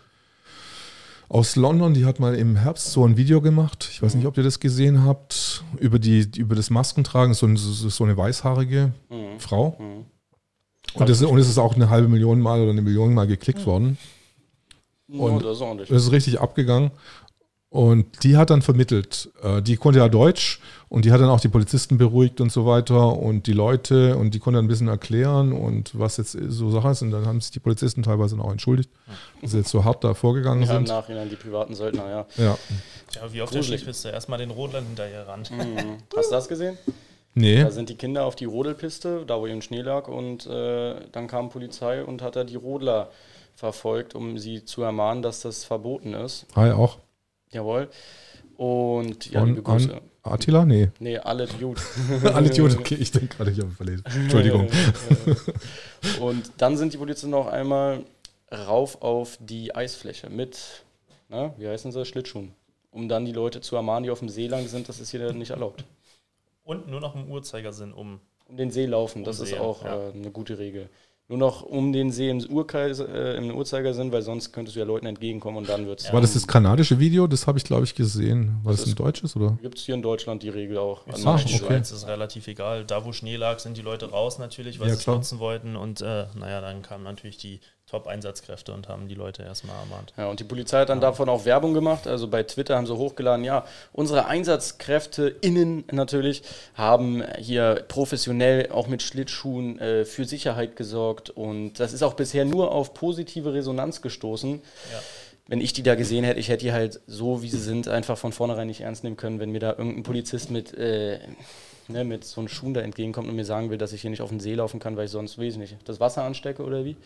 London, die hat mal im Herbst so ein Video gemacht. Ich weiß nicht, ob ihr das gesehen habt, über das Maskentragen, so eine weißhaarige Frau. Und es ist auch 500.000 Mal oder 1 Million Mal geklickt worden. Und das ist ordentlich. Das ist richtig abgegangen. Und die hat dann vermittelt. Die konnte ja Deutsch und die hat dann auch die Polizisten beruhigt und so weiter und die Leute und die konnte dann ein bisschen erklären und was jetzt so Sache ist. Und dann haben sich die Polizisten teilweise auch entschuldigt, dass sie jetzt so hart da vorgegangen sind. Im Nachhinein die privaten Söldner, ja. Ja, wie auf der Skipiste. Erstmal den Rotland hinterher ran. Hast du das gesehen? Nee. Da sind die Kinder auf die Rodelpiste, da wo eben Schnee lag, und dann kam Polizei und hat da die Rodler verfolgt, um sie zu ermahnen, dass das verboten ist. Hi, auch. Jawohl. Und ja, liebe Grüße. Attila? Nee. Nee, alle gut. Alle gut, okay, ich denke gerade, ich habe verlesen. Entschuldigung. Und dann sind die Polizisten noch einmal rauf auf die Eisfläche mit, wie heißen sie, Schlittschuhen, um dann die Leute zu ermahnen, die auf dem See lang sind, das ist hier nicht erlaubt. Und nur noch im Uhrzeigersinn um den See laufen, das ist auch eine gute Regel. Nur noch um den See im Uhrzeigersinn, weil sonst könntest du ja Leuten entgegenkommen und dann wird es... War das kanadische Video? Das habe ich, glaube ich, gesehen. War das ein deutsches, oder? Gibt es hier in Deutschland die Regel auch. Okay. Es ist relativ egal. Da, wo Schnee lag, sind die Leute raus natürlich, weil sie es nutzen wollten. Und dann kamen natürlich die Top-Einsatzkräfte und haben die Leute erstmal ermahnt. Ja, und die Polizei hat dann davon auch Werbung gemacht. Also bei Twitter haben sie hochgeladen, unsere Einsatzkräfte innen natürlich haben hier professionell auch mit Schlittschuhen für Sicherheit gesorgt. Und das ist auch bisher nur auf positive Resonanz gestoßen. Ja. Wenn ich die da gesehen hätte, ich hätte die halt so, wie sie sind, einfach von vornherein nicht ernst nehmen können, wenn mir da irgendein Polizist mit so einem Schuhen da entgegenkommt und mir sagen will, dass ich hier nicht auf den See laufen kann, weil ich sonst, weiß ich nicht, das Wasser anstecke oder wie.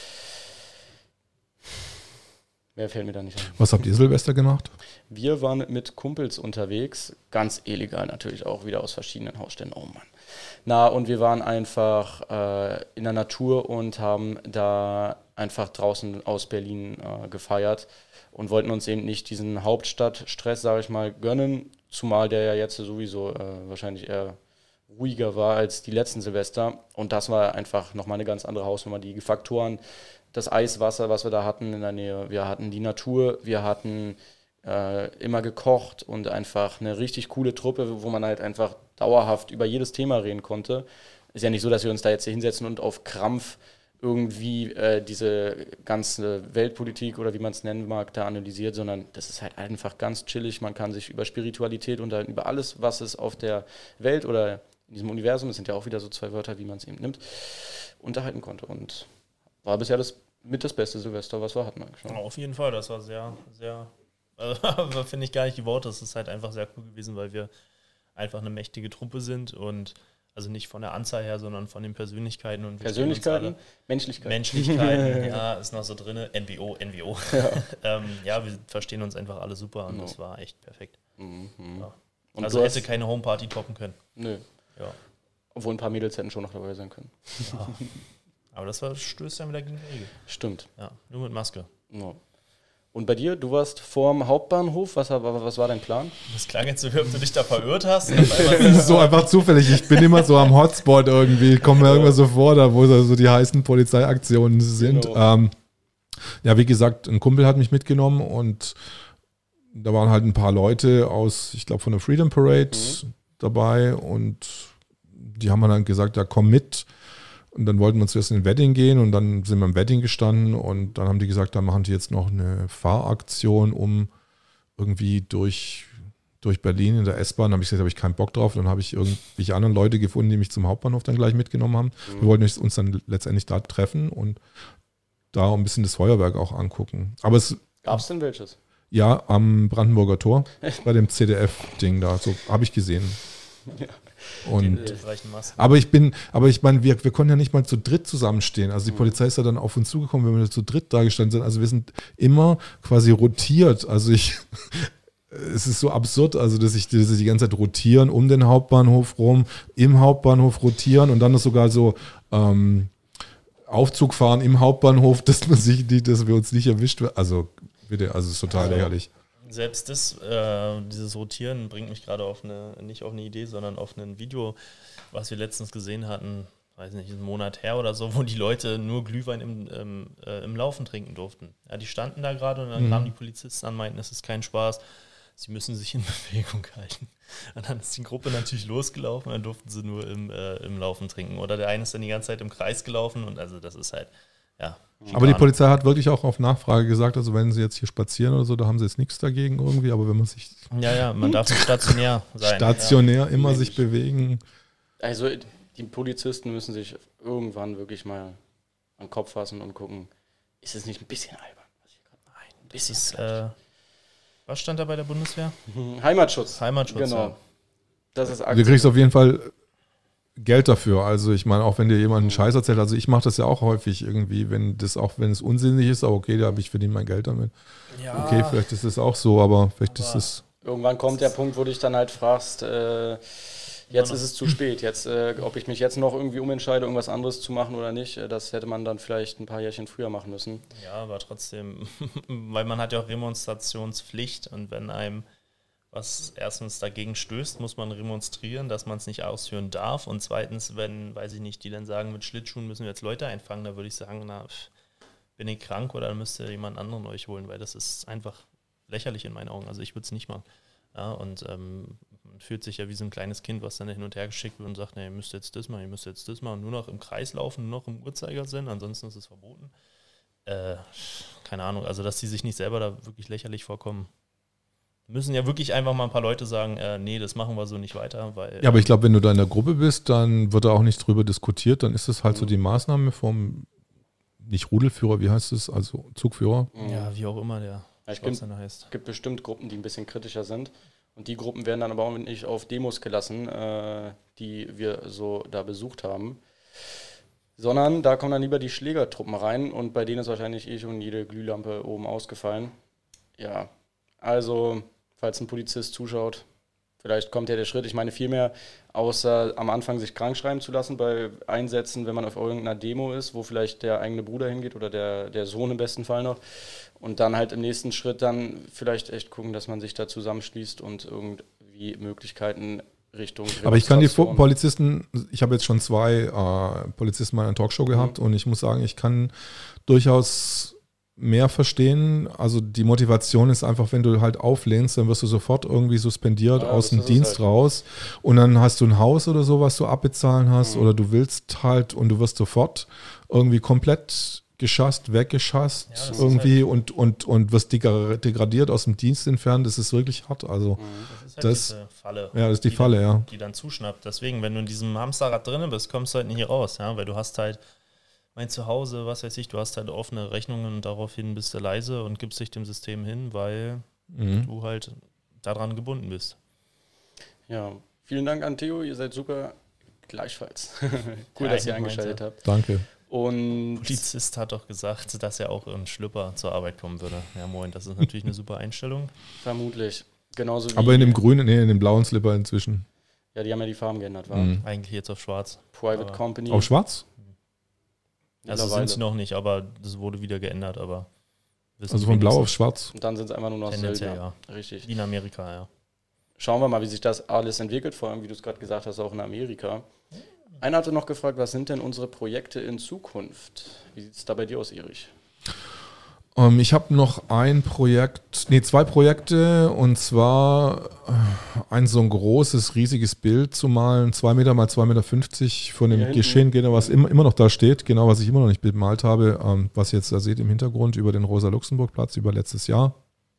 Mehr fällt mir da nicht ein. Was habt ihr Silvester gemacht? Wir waren mit Kumpels unterwegs, ganz illegal natürlich auch, wieder aus verschiedenen Hausständen. Oh Mann. Und wir waren einfach in der Natur und haben da einfach draußen aus Berlin gefeiert und wollten uns eben nicht diesen Hauptstadtstress, sage ich mal, gönnen, zumal der ja jetzt sowieso wahrscheinlich eher ruhiger war als die letzten Silvester. Und das war einfach nochmal eine ganz andere Hausnummer. Die Faktoren, das Eiswasser, was wir da hatten in der Nähe, wir hatten die Natur, wir hatten immer gekocht und einfach eine richtig coole Truppe, wo man halt einfach dauerhaft über jedes Thema reden konnte. Ist ja nicht so, dass wir uns da jetzt hier hinsetzen und auf Krampf irgendwie diese ganze Weltpolitik oder wie man es nennen mag, da analysiert, sondern das ist halt einfach ganz chillig. Man kann sich über Spiritualität unterhalten, über alles, was es auf der Welt oder in diesem Universum, das sind ja auch wieder so zwei Wörter, wie man es eben nimmt, unterhalten konnte. Und war bisher das beste Silvester, was wir hatten eigentlich. Ja, auf jeden Fall, das war sehr, sehr, finde ich gar nicht die Worte, es ist halt einfach sehr cool gewesen, weil wir einfach eine mächtige Truppe sind und also nicht von der Anzahl her, sondern von den Persönlichkeiten. Und Persönlichkeiten, Menschlichkeiten, ja, ist noch so drin, NWO. Ja. Wir verstehen uns einfach alle super und das war echt perfekt. Mhm. Ja. Und also hätte keine Homeparty toppen können. Nö. Ja. Obwohl ein paar Mädels hätten schon noch dabei sein können. Ja. Aber das stößt dann wieder gegen die Regel. Stimmt. Ja, nur mit Maske. Ja. Und bei dir, du warst vorm Hauptbahnhof, was war dein Plan? Das klang jetzt so, wie ob du dich da verirrt hast. Das ist so einfach zufällig. Ich bin immer so am Hotspot irgendwie. Ich komme mir irgendwas so vor, da wo so die heißen Polizeiaktionen sind. Genau. Ja, wie gesagt, ein Kumpel hat mich mitgenommen und da waren halt ein paar Leute aus, ich glaube, von der Freedom Parade dabei und die haben dann gesagt, ja, komm mit. Und dann wollten wir zuerst in den Wedding gehen und dann sind wir im Wedding gestanden und dann haben die gesagt, dann machen die jetzt noch eine Fahraktion, um irgendwie durch Berlin in der S-Bahn. Da habe ich gesagt, habe ich keinen Bock drauf. Dann habe ich irgendwelche anderen Leute gefunden, die mich zum Hauptbahnhof dann gleich mitgenommen haben. Wir wollten uns dann letztendlich da treffen und da ein bisschen das Feuerwerk auch angucken. Aber gab es denn welches? Ja, am Brandenburger Tor, bei dem CDF-Ding da. So habe ich gesehen. Ja. Aber ich meine, wir konnten ja nicht mal zu dritt zusammenstehen. Also die Polizei ist ja dann auf uns zugekommen, wenn wir zu dritt da gestanden sind. Also wir sind immer quasi rotiert. Also es ist so absurd, also dass ich die ganze Zeit rotieren um den Hauptbahnhof rum, im Hauptbahnhof rotieren und dann ist sogar so Aufzug fahren im Hauptbahnhof, dass wir uns nicht erwischt werden. Also bitte, also es ist total lächerlich. Selbst dieses Rotieren bringt mich gerade nicht auf eine Idee, sondern auf ein Video, was wir letztens gesehen hatten, weiß nicht, einen Monat her oder so, wo die Leute nur Glühwein im Laufen trinken durften. Ja, die standen da gerade und dann kamen die Polizisten an, meinten, es ist kein Spaß, sie müssen sich in Bewegung halten. Und dann ist die Gruppe natürlich losgelaufen und dann durften sie nur im Laufen trinken. Oder der eine ist dann die ganze Zeit im Kreis gelaufen und also das ist halt, ja. Aber die Polizei hat wirklich auch auf Nachfrage gesagt, also wenn sie jetzt hier spazieren oder so, da haben sie jetzt nichts dagegen irgendwie, aber wenn man sich... Ja, man darf nicht stationär sein. Stationär immer sich bewegen. Also die Polizisten müssen sich irgendwann wirklich mal an den Kopf fassen und gucken, ist es nicht ein bisschen albern? Ein bisschen. Was stand da bei der Bundeswehr? Heimatschutz. Genau. Das ist du kriegst auf jeden Fall Geld dafür. Also ich meine, auch wenn dir jemand einen Scheiß erzählt, also ich mache das ja auch häufig irgendwie, wenn es unsinnig ist, aber okay, da habe ich verdient mein Geld damit. Ja. Okay, vielleicht ist es auch so, aber vielleicht ist es... Irgendwann kommt der Punkt, wo du dich dann halt fragst, jetzt ist es zu spät. Jetzt, ob ich mich jetzt noch irgendwie umentscheide, irgendwas anderes zu machen oder nicht, das hätte man dann vielleicht ein paar Jährchen früher machen müssen. Ja, aber trotzdem, weil man hat ja auch Remonstrationspflicht und wenn einem was erstens dagegen stößt, muss man remonstrieren, dass man es nicht ausführen darf und zweitens, wenn, weiß ich nicht, die dann sagen, mit Schlittschuhen müssen wir jetzt Leute einfangen, da würde ich sagen, na, bin ich krank oder dann müsst ihr jemand anderen euch holen, weil das ist einfach lächerlich in meinen Augen, also ich würde es nicht machen. Ja, und man fühlt sich ja wie so ein kleines Kind, was dann hin und her geschickt wird und sagt, nee, ihr müsst jetzt das machen, ihr müsst jetzt das machen, nur noch im Kreis laufen, nur noch im Uhrzeigersinn, ansonsten ist es verboten. Keine Ahnung, also dass die sich nicht selber da wirklich lächerlich vorkommen. Müssen ja wirklich einfach mal ein paar Leute sagen, nee, das machen wir so nicht weiter. Weil, ja, aber ich glaube, wenn du da in der Gruppe bist, dann wird da auch nicht drüber diskutiert, dann ist es halt so die Maßnahme vom, nicht Rudelführer, wie heißt es, also Zugführer. Ja, wie auch immer der. Es gibt bestimmt Gruppen, die ein bisschen kritischer sind. Und die Gruppen werden dann aber auch nicht auf Demos gelassen, die wir so da besucht haben. Sondern da kommen dann lieber die Schlägertruppen rein und bei denen ist wahrscheinlich schon jede Glühlampe oben ausgefallen. Ja, also, falls ein Polizist zuschaut, vielleicht kommt ja der Schritt. Ich meine, viel mehr, außer am Anfang sich krank schreiben zu lassen bei Einsätzen, wenn man auf irgendeiner Demo ist, wo vielleicht der eigene Bruder hingeht oder der Sohn im besten Fall noch. Und dann halt im nächsten Schritt dann vielleicht echt gucken, dass man sich da zusammenschließt und irgendwie Möglichkeiten Richtung... Aber ich kann die Polizisten, ich habe jetzt schon 2 Polizisten mal in einer Talkshow gehabt und ich muss sagen, ich kann durchaus mehr verstehen. Also die Motivation ist einfach, wenn du halt auflehnst, dann wirst du sofort irgendwie suspendiert aus dem Dienst raus und dann hast du ein Haus oder so, was du abbezahlen hast oder du willst halt und du wirst sofort irgendwie komplett weggeschasst irgendwie halt und wirst degradiert aus dem Dienst entfernt. Das ist wirklich hart. Also das ist halt diese Falle. Ja, das ist die Falle, ja. Die dann zuschnappt. Deswegen, wenn du in diesem Hamsterrad drin bist, kommst du halt nicht raus, ja, weil du hast halt mein Zuhause, was weiß ich, du hast halt offene Rechnungen und daraufhin bist du leise und gibst dich dem System hin, weil du halt daran gebunden bist. Ja, vielen Dank an Theo, ihr seid super. Gleichfalls. Cool, dass ihr eingeschaltet habt. Danke. Und Polizist hat doch gesagt, dass er auch in Schlüpper zur Arbeit kommen würde. Ja, moin, das ist natürlich eine super Einstellung. Vermutlich. Genauso wie aber in dem grünen, in dem blauen Slipper inzwischen. Ja, die haben ja die Farben geändert, war. Eigentlich jetzt auf schwarz. Private Company. Auf schwarz? Also sind sie noch nicht, aber das wurde wieder geändert, aber also von blau auf schwarz. Und dann sind es einfach nur noch Söldner. Ja. Richtig. Wie in Amerika, ja. Schauen wir mal, wie sich das alles entwickelt, vor allem, wie du es gerade gesagt hast, auch in Amerika. Einer hatte noch gefragt, was sind denn unsere Projekte in Zukunft? Wie sieht es da bei dir aus, Erich? Ich habe noch 2 Projekte und zwar so ein großes, riesiges Bild zu malen, 2 Meter mal 2,50 Meter von dem Geschehen, was immer noch da steht, genau, was ich immer noch nicht bemalt habe, was ihr jetzt da seht im Hintergrund über den Rosa-Luxemburg-Platz über letztes Jahr.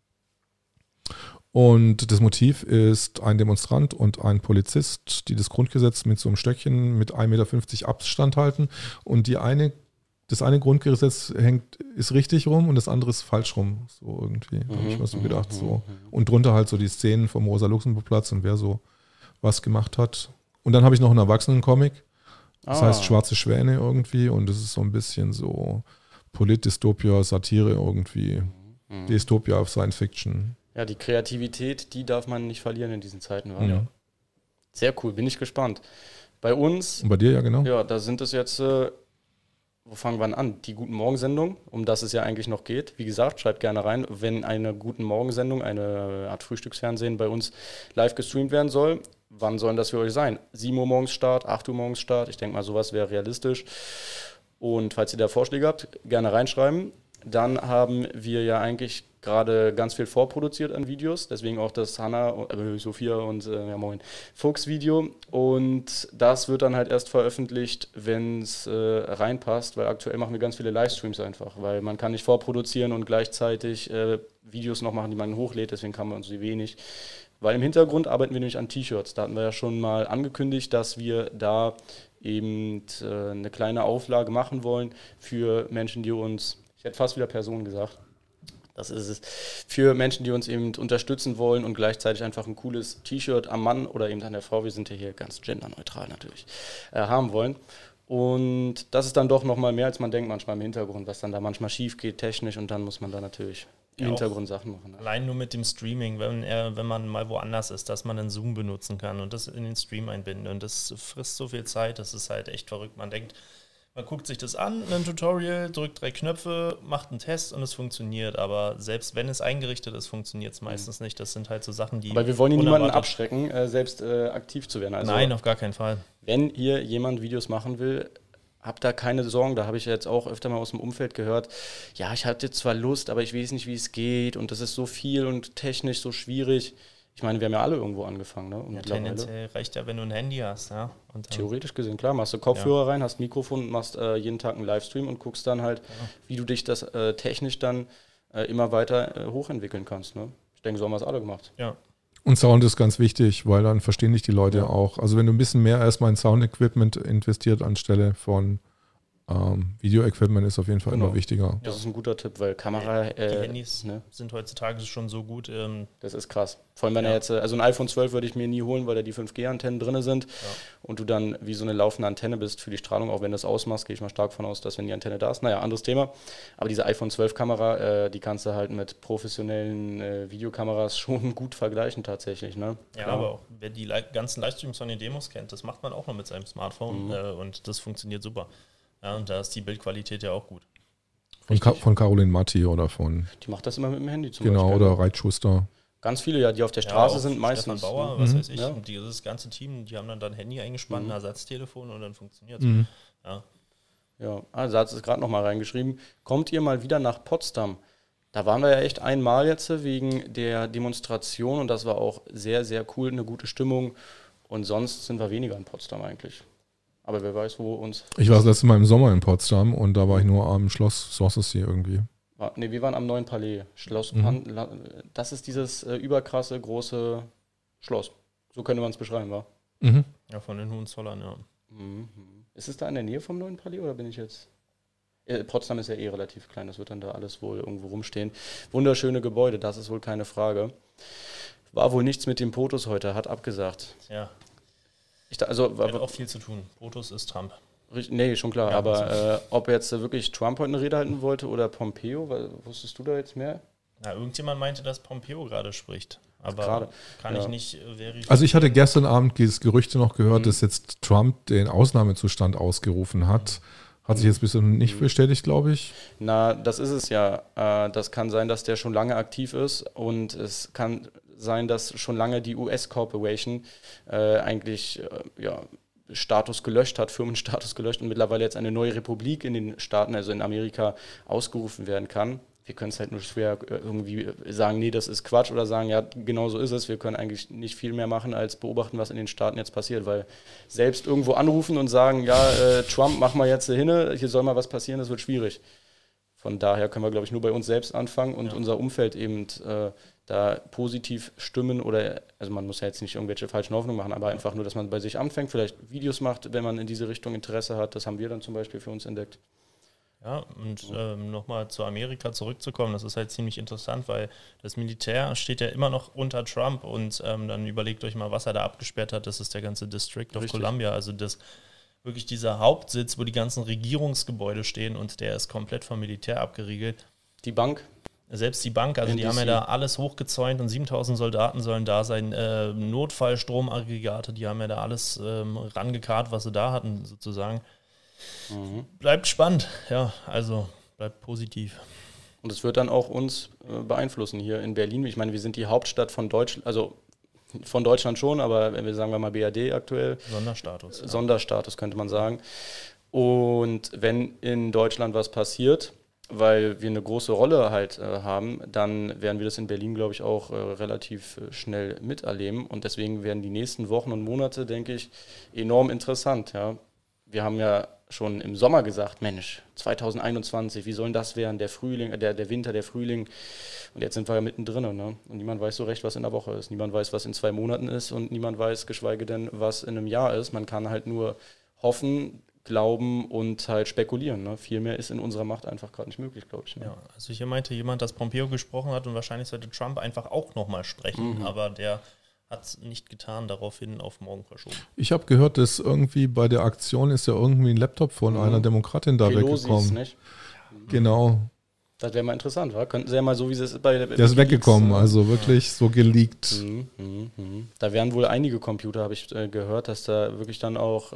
Und das Motiv ist ein Demonstrant und ein Polizist, die das Grundgesetz mit so einem Stöckchen mit 1,50 Meter Abstand halten. Und das eine Grundgesetz ist richtig rum und das andere ist falsch rum. So irgendwie, habe ich mir so gedacht. So. Und drunter halt so die Szenen vom Rosa-Luxemburg-Platz und wer so was gemacht hat. Und dann habe ich noch einen Erwachsenen-Comic. Das heißt Schwarze Schwäne irgendwie. Und das ist so ein bisschen so Polit-Dystopia, Satire irgendwie. Dystopia auf Science-Fiction. Ja, die Kreativität, die darf man nicht verlieren in diesen Zeiten. Ja. Sehr cool, bin ich gespannt. Bei uns... Und bei dir, ja genau. Ja, da sind es jetzt... wo fangen wir an? Die Guten Morgen-Sendung, um das es ja eigentlich noch geht. Wie gesagt, schreibt gerne rein, wenn eine Guten Morgen-Sendung, eine Art Frühstücksfernsehen bei uns live gestreamt werden soll. Wann sollen das für euch sein? 7 Uhr morgens Start, 8 Uhr morgens Start. Ich denke mal, sowas wäre realistisch. Und falls ihr da Vorschläge habt, gerne reinschreiben. Dann haben wir ja eigentlich gerade ganz viel vorproduziert an Videos, deswegen auch das Sophia und Fuchs-Video. Und das wird dann halt erst veröffentlicht, wenn es reinpasst, weil aktuell machen wir ganz viele Livestreams einfach, weil man kann nicht vorproduzieren und gleichzeitig Videos noch machen, die man hochlädt, deswegen haben wir uns so wenig. Weil im Hintergrund arbeiten wir nämlich an T-Shirts. Da hatten wir ja schon mal angekündigt, dass wir da eben eine kleine Auflage machen wollen für Menschen, die uns, ich hätte fast wieder Personen gesagt, Das ist es. Für Menschen, die uns eben unterstützen wollen und gleichzeitig einfach ein cooles T-Shirt am Mann oder eben an der Frau, wir sind ja hier ganz genderneutral natürlich, haben wollen. Und das ist dann doch nochmal mehr, als man denkt manchmal im Hintergrund, was dann da manchmal schief geht technisch und dann muss man da natürlich im Hintergrund Sachen machen. Allein nur mit dem Streaming, wenn man mal woanders ist, dass man einen Zoom benutzen kann und das in den Stream einbinden und das frisst so viel Zeit, das ist halt echt verrückt. Man denkt, man guckt sich das an, ein Tutorial, drückt 3 Knöpfe, macht einen Test und es funktioniert. Aber selbst wenn es eingerichtet ist, funktioniert es meistens nicht. Das sind halt so Sachen, die... Aber wir wollen niemanden abschrecken, selbst aktiv zu werden. Also, nein, auf gar keinen Fall. Wenn hier jemand Videos machen will, habt da keine Sorgen. Da habe ich jetzt auch öfter mal aus dem Umfeld gehört, ja, ich hatte zwar Lust, aber ich weiß nicht, wie es geht und das ist so viel und technisch so schwierig. Ich meine, wir haben ja alle irgendwo angefangen. Ne? Und ja, tendenziell reicht ja, wenn du ein Handy hast. Ja? Und theoretisch gesehen, klar. Machst du Kopfhörer rein, hast Mikrofon, machst jeden Tag einen Livestream und guckst dann halt, wie du dich das technisch dann immer weiter hochentwickeln kannst. Ne? Ich denke, so haben wir es alle gemacht. Ja. Und Sound ist ganz wichtig, weil dann verstehen dich die Leute auch. Also wenn du ein bisschen mehr erstmal in Sound-Equipment investiert anstelle von Video-Equipment ist auf jeden Fall immer wichtiger. Das ist ein guter Tipp, weil Kamera... die Handys sind heutzutage schon so gut. Das ist krass. Vor allem, wenn er jetzt... Also ein iPhone 12 würde ich mir nie holen, weil da die 5G-Antennen drin sind und du dann wie so eine laufende Antenne bist für die Strahlung. Auch wenn du das ausmachst, gehe ich mal stark von aus, dass wenn die Antenne da ist, naja, anderes Thema. Aber diese iPhone 12-Kamera, die kannst du halt mit professionellen Videokameras schon gut vergleichen tatsächlich. Ne? Ja, klar. Aber auch wer die ganzen Livestreams von den Demos kennt, das macht man auch noch mit seinem Smartphone und das funktioniert super. Ja, und da ist die Bildqualität ja auch gut. Von Caroline Matti oder von... Die macht das immer mit dem Handy zum Beispiel. Genau, oder Reitschuster. Ganz viele, die auf der Straße sind, meistens. Stefan Bauer, was weiß ich. Ja. Und dieses ganze Team, die haben dann ein Handy eingespannt, ein Ersatztelefon und dann funktioniert es. Ja, also hat es gerade nochmal reingeschrieben. Kommt ihr mal wieder nach Potsdam? Da waren wir ja echt einmal jetzt wegen der Demonstration und das war auch sehr, sehr cool, eine gute Stimmung. Und sonst sind wir weniger in Potsdam eigentlich. Aber wer weiß, wo uns... Ich war das letzte Mal im Sommer in Potsdam und da war ich nur am Schloss Sanssouci irgendwie. Ne, wir waren am Neuen Palais. Schloss das ist dieses überkrasse, große Schloss. So könnte man es beschreiben, wa? Ja, von den Hohenzollern, ja. Ist es da in der Nähe vom Neuen Palais oder bin ich jetzt... Potsdam ist ja eh relativ klein, das wird dann da alles wohl irgendwo rumstehen. Wunderschöne Gebäude, das ist wohl keine Frage. War wohl nichts mit den Fotos heute, hat abgesagt. Ja. Hat auch viel zu tun. Fotos ist Trump. Nee, schon klar. Ja, aber ob jetzt wirklich Trump heute eine Rede halten wollte oder Pompeo, wusstest du da jetzt mehr? Na, irgendjemand meinte, dass Pompeo gerade spricht. Aber kann ich nicht verifizieren. Also ich hatte gestern Abend dieses Gerüchte noch gehört, dass jetzt Trump den Ausnahmezustand ausgerufen hat. Hat sich jetzt bisher nicht bestätigt, glaube ich. Na, das ist es ja. Das kann sein, dass der schon lange aktiv ist und es kann sein, dass schon lange die US-Corporation eigentlich Status gelöscht hat, Firmenstatus gelöscht und mittlerweile jetzt eine neue Republik in den Staaten, also in Amerika, ausgerufen werden kann. Wir können es halt nur schwer irgendwie sagen, nee, das ist Quatsch oder sagen, ja, genau so ist es. Wir können eigentlich nicht viel mehr machen, als beobachten, was in den Staaten jetzt passiert, weil selbst irgendwo anrufen und sagen, ja, Trump, mach mal jetzt hin, hier soll mal was passieren, das wird schwierig. Von daher können wir, glaube ich, nur bei uns selbst anfangen und unser Umfeld eben da positiv stimmen oder, also man muss ja jetzt nicht irgendwelche falschen Hoffnungen machen, aber einfach nur, dass man bei sich anfängt, vielleicht Videos macht, wenn man in diese Richtung Interesse hat. Das haben wir dann zum Beispiel für uns entdeckt. Ja, und nochmal zu Amerika zurückzukommen, das ist halt ziemlich interessant, weil das Militär steht ja immer noch unter Trump und dann überlegt euch mal, was er da abgesperrt hat, das ist der ganze District of Columbia, also das wirklich dieser Hauptsitz, wo die ganzen Regierungsgebäude stehen und der ist komplett vom Militär abgeriegelt. Die Bank? Selbst die Bank, also die haben ja da alles hochgezäunt und 7000 Soldaten sollen da sein, Notfallstromaggregate, die haben ja da alles rangekarrt, was sie da hatten sozusagen. Bleibt spannend, ja, also bleibt positiv. Und es wird dann auch uns beeinflussen hier in Berlin. Ich meine, wir sind die Hauptstadt von Deutschland, also von Deutschland schon, aber wenn wir sagen wir mal BRD aktuell. Sonderstatus. Sonderstatus könnte man sagen. Und wenn in Deutschland was passiert, weil wir eine große Rolle halt haben, dann werden wir das in Berlin, glaube ich, auch relativ schnell miterleben. Und deswegen werden die nächsten Wochen und Monate, denke ich, enorm interessant. Ja. Wir haben ja schon im Sommer gesagt, Mensch, 2021, wie soll denn das werden? Der Frühling, der Winter, der Frühling. Und jetzt sind wir ja mittendrin. Ne? Und niemand weiß so recht, was in der Woche ist. Niemand weiß, was in 2 Monaten ist. Und niemand weiß, geschweige denn, was in einem Jahr ist. Man kann halt nur hoffen, glauben und halt spekulieren. Ne? Viel mehr ist in unserer Macht einfach gerade nicht möglich, glaube ich. Ne? Ja, also hier meinte jemand, dass Pompeo gesprochen hat und wahrscheinlich sollte Trump einfach auch nochmal sprechen, aber der hat es nicht getan, daraufhin auf morgen verschoben. Ich habe gehört, dass irgendwie bei der Aktion ist ja irgendwie ein Laptop von einer Demokratin da weggekommen. Nicht? Genau. Das wäre mal interessant, wa? Könnten sie ja mal so, wie sie es bei der ist weggekommen, also wirklich so geleakt. Da wären wohl einige Computer, habe ich gehört, dass da wirklich dann auch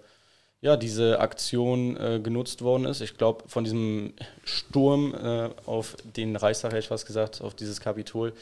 diese Aktion genutzt worden ist. Ich glaube, von diesem Sturm auf den Reichstag, hätte ich fast gesagt, auf dieses Kapitol,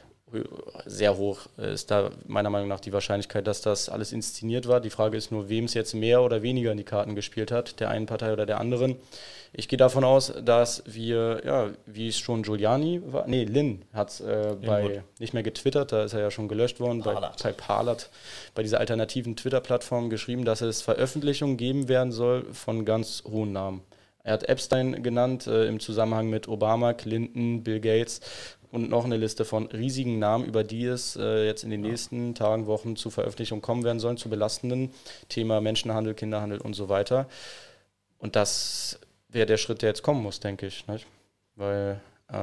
sehr hoch ist da meiner Meinung nach die Wahrscheinlichkeit, dass das alles inszeniert war. Die Frage ist nur, wem es jetzt mehr oder weniger in die Karten gespielt hat, der einen Partei oder der anderen. Ich gehe davon aus, dass wir, wie es schon Giuliani war, Lin hat es nicht mehr getwittert, da ist er ja schon gelöscht worden, bei Parler, bei dieser alternativen Twitter-Plattform geschrieben, dass es Veröffentlichungen geben werden soll von ganz hohen Namen. Er hat Epstein genannt im Zusammenhang mit Obama, Clinton, Bill Gates und noch eine Liste von riesigen Namen, über die es jetzt in den nächsten Tagen, Wochen zu Veröffentlichungen kommen werden sollen, zu belastenden Thema Menschenhandel, Kinderhandel und so weiter. Und das wäre der Schritt, der jetzt kommen muss, denke ich. Nicht? Weil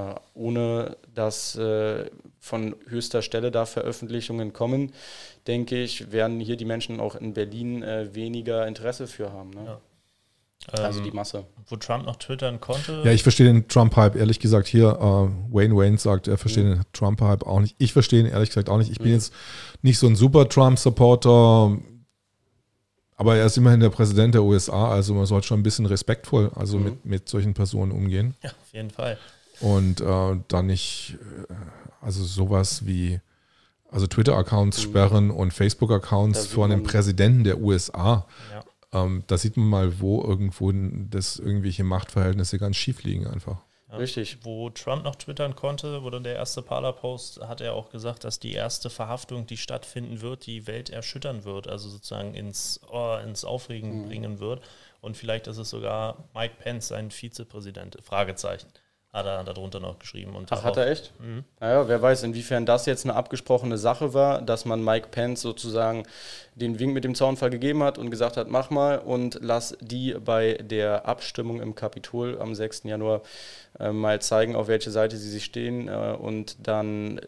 ohne dass von höchster Stelle da Veröffentlichungen kommen, denke ich, werden hier die Menschen auch in Berlin weniger Interesse für haben. Ne? Ja. Also die Masse. Wo Trump noch twittern konnte. Ja, ich verstehe den Trump-Hype, ehrlich gesagt. Hier, Wayne sagt, er versteht den Trump-Hype auch nicht. Ich verstehe ihn ehrlich gesagt auch nicht. Ich bin jetzt nicht so ein super Trump-Supporter, aber er ist immerhin der Präsident der USA, also man sollte schon ein bisschen respektvoll mit solchen Personen umgehen. Ja, auf jeden Fall. Und dann nicht, also sowas wie, also Twitter-Accounts sperren und Facebook-Accounts von einem Präsidenten der USA. Ja. Da sieht man mal, wo irgendwo das irgendwelche Machtverhältnisse ganz schief liegen einfach. Ja, richtig. Wo Trump noch twittern konnte, wurde der erste Parler-Post, hat er auch gesagt, dass die erste Verhaftung, die stattfinden wird, die Welt erschüttern wird, also sozusagen ins Aufregen bringen wird. Und vielleicht ist es sogar Mike Pence, sein Vizepräsident, Fragezeichen. Hat er darunter noch geschrieben. Und hat er echt? Naja, wer weiß, inwiefern das jetzt eine abgesprochene Sache war, dass man Mike Pence sozusagen den Wink mit dem Zaunfall gegeben hat und gesagt hat, mach mal und lass die bei der Abstimmung im Kapitol am 6. Januar mal zeigen, auf welche Seite sie sich stehen und dann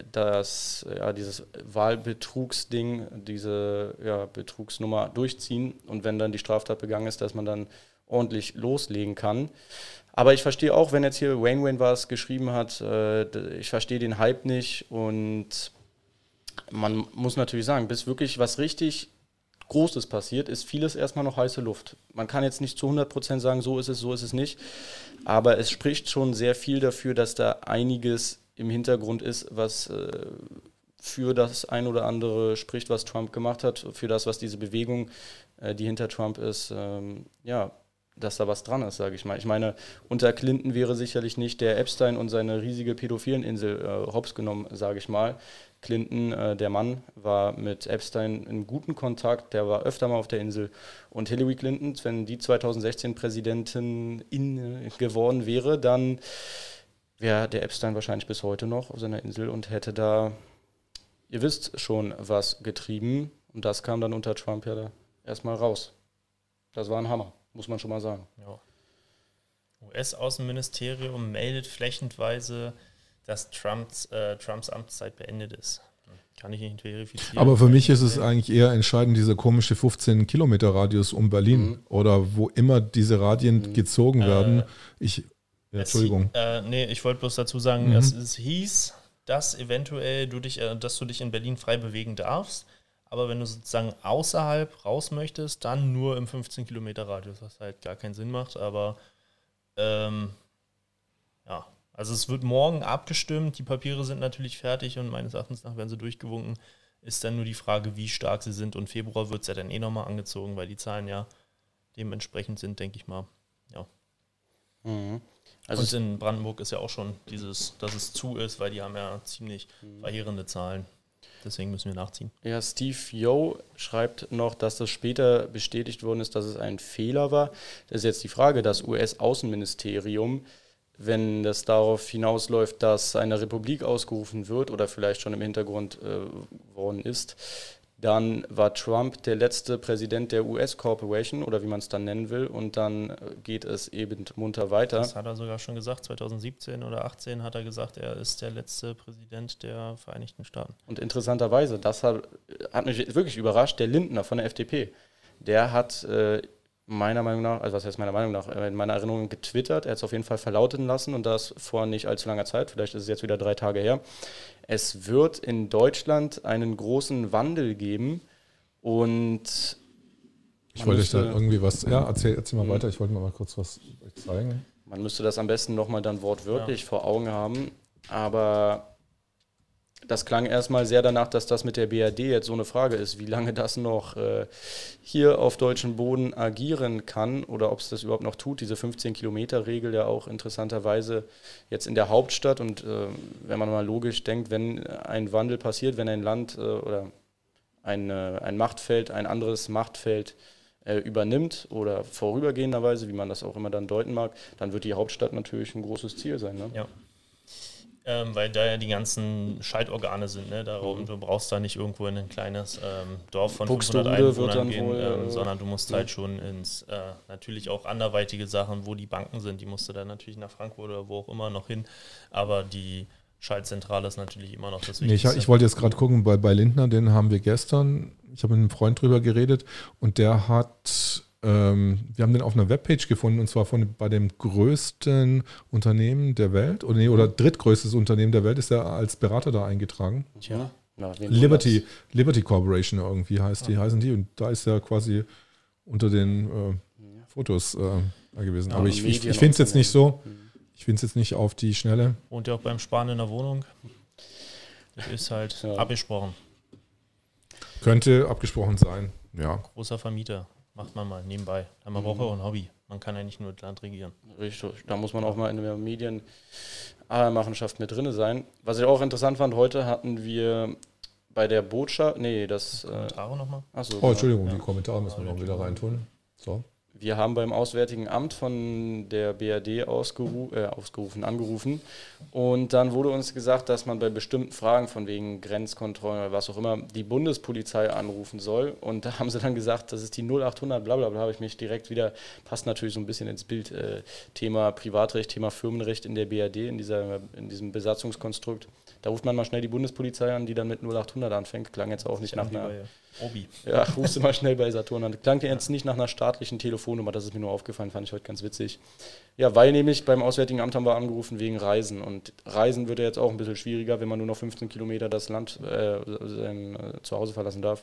dieses Wahlbetrugsding, diese Betrugsnummer durchziehen und wenn dann die Straftat begangen ist, dass man dann ordentlich loslegen kann. Aber ich verstehe auch, wenn jetzt hier Wayne was geschrieben hat, ich verstehe den Hype nicht und man muss natürlich sagen, bis wirklich was richtig Großes passiert, ist vieles erstmal noch heiße Luft. Man kann jetzt nicht zu 100% sagen, so ist es nicht, aber es spricht schon sehr viel dafür, dass da einiges im Hintergrund ist, was für das ein oder andere spricht, was Trump gemacht hat, für das, was diese Bewegung, die hinter Trump ist, dass da was dran ist, sage ich mal. Ich meine, unter Clinton wäre sicherlich nicht der Epstein und seine riesige Pädophileninsel hops genommen, sage ich mal. Clinton, der Mann, war mit Epstein in guten Kontakt, der war öfter mal auf der Insel. Und Hillary Clinton, wenn die 2016 Präsidentin geworden wäre, dann wäre der Epstein wahrscheinlich bis heute noch auf seiner Insel und hätte da, ihr wisst schon, was getrieben. Und das kam dann unter Trump ja da erstmal raus. Das war ein Hammer. Muss man schon mal sagen. Ja. US-Außenministerium meldet flächenweise, dass Trumps Amtszeit beendet ist. Kann ich nicht verifizieren. Aber für mich ist es eigentlich eher entscheidend, dieser komische 15-Kilometer-Radius um Berlin oder wo immer diese Radien gezogen werden. Entschuldigung. Ich wollte bloß dazu sagen, es hieß, dass eventuell dass du dich in Berlin frei bewegen darfst. Aber wenn du sozusagen außerhalb raus möchtest, dann nur im 15-Kilometer-Radius, was halt gar keinen Sinn macht. Aber also es wird morgen abgestimmt, die Papiere sind natürlich fertig und meines Erachtens nach werden sie durchgewunken. Ist dann nur die Frage, wie stark sie sind. Und Februar wird es ja dann nochmal angezogen, weil die Zahlen ja dementsprechend sind, denke ich mal. Ja. Also und in Brandenburg ist ja auch schon dass es zu ist, weil die haben ja ziemlich verheerende Zahlen. Deswegen müssen wir nachziehen. Ja, Steve Yo schreibt noch, dass das später bestätigt worden ist, dass es ein Fehler war. Das ist jetzt die Frage, das US-Außenministerium, wenn das darauf hinausläuft, dass eine Republik ausgerufen wird oder vielleicht schon im Hintergrund worden ist, Dann war Trump der letzte Präsident der US Corporation oder wie man es dann nennen will und dann geht es eben munter weiter. Das hat er sogar schon gesagt, 2017 oder 2018 hat er gesagt, er ist der letzte Präsident der Vereinigten Staaten. Und interessanterweise, das hat mich wirklich überrascht, der Lindner von der FDP, der hat meiner Meinung nach, also was heißt meiner Meinung nach, in meiner Erinnerung getwittert, er hat es auf jeden Fall verlauten lassen und das vor nicht allzu langer Zeit, vielleicht ist es jetzt wieder 3 Tage her. Es wird in Deutschland einen großen Wandel geben und ich wollte euch da irgendwie was, erzähl mal weiter, ich wollte mal kurz was euch zeigen. Man müsste das am besten nochmal dann wortwörtlich vor Augen haben, aber das klang erstmal sehr danach, dass das mit der BRD jetzt so eine Frage ist, wie lange das noch hier auf deutschem Boden agieren kann oder ob es das überhaupt noch tut. Diese 15-Kilometer-Regel ja auch interessanterweise jetzt in der Hauptstadt und wenn man mal logisch denkt, wenn ein Wandel passiert, wenn ein Land oder ein Machtfeld, ein anderes Machtfeld übernimmt oder vorübergehenderweise, wie man das auch immer dann deuten mag, dann wird die Hauptstadt natürlich ein großes Ziel sein. Ne? Ja. Weil da ja die ganzen Schaltorgane sind, ne? Darum, du brauchst da nicht irgendwo in ein kleines Dorf von 500 Einwohnern gehen, sondern du musst halt schon ins, natürlich auch anderweitige Sachen, wo die Banken sind, die musst du dann natürlich nach Frankfurt oder wo auch immer noch hin, aber die Schaltzentrale ist natürlich immer noch das Wichtigste. Ich wollte jetzt gerade gucken, bei Lindner, den haben wir gestern, ich habe mit einem Freund drüber geredet und der hat... wir haben den auf einer Webpage gefunden und zwar bei dem größten Unternehmen der Welt oder drittgrößtes Unternehmen der Welt ist er als Berater da eingetragen. Tja, Liberty Corporation irgendwie heißen die und da ist er quasi unter den Fotos da gewesen. Aber ich finde es jetzt nicht so. Ich finde es jetzt nicht auf die Schnelle. Wohnt ja auch beim Sparen in der Wohnung. Das ist halt abgesprochen. Könnte abgesprochen sein, ja. Großer Vermieter. Macht man mal nebenbei. Man braucht auch ein Hobby. Man kann ja nicht nur das Land regieren. Richtig, da muss man auch mal in der Medienmachenschaft mit drin sein. Was ich auch interessant fand, heute hatten wir bei der Botschaft, Kommentare nochmal? Achso. Oh, Entschuldigung, die Kommentare müssen wir noch wieder reintun. So. Wir haben beim Auswärtigen Amt von der BRD angerufen und dann wurde uns gesagt, dass man bei bestimmten Fragen von wegen Grenzkontrollen oder was auch immer die Bundespolizei anrufen soll und da haben sie dann gesagt, das ist die 0800 blablabla, habe ich mich direkt wieder, passt natürlich so ein bisschen ins Bild, Thema Privatrecht, Thema Firmenrecht in der BRD, in diesem Besatzungskonstrukt. Da ruft man mal schnell die Bundespolizei an, die dann mit 0800 anfängt. Klang jetzt auch nicht nach einer... Obi. Ja, rufst du mal schnell bei Saturn an. Klang jetzt nicht nach einer staatlichen Telefonnummer, das ist mir nur aufgefallen, fand ich heute ganz witzig. Ja, weil nämlich beim Auswärtigen Amt haben wir angerufen wegen Reisen. Und Reisen wird ja jetzt auch ein bisschen schwieriger, wenn man nur noch 15 Kilometer das Land sein Zuhause verlassen darf.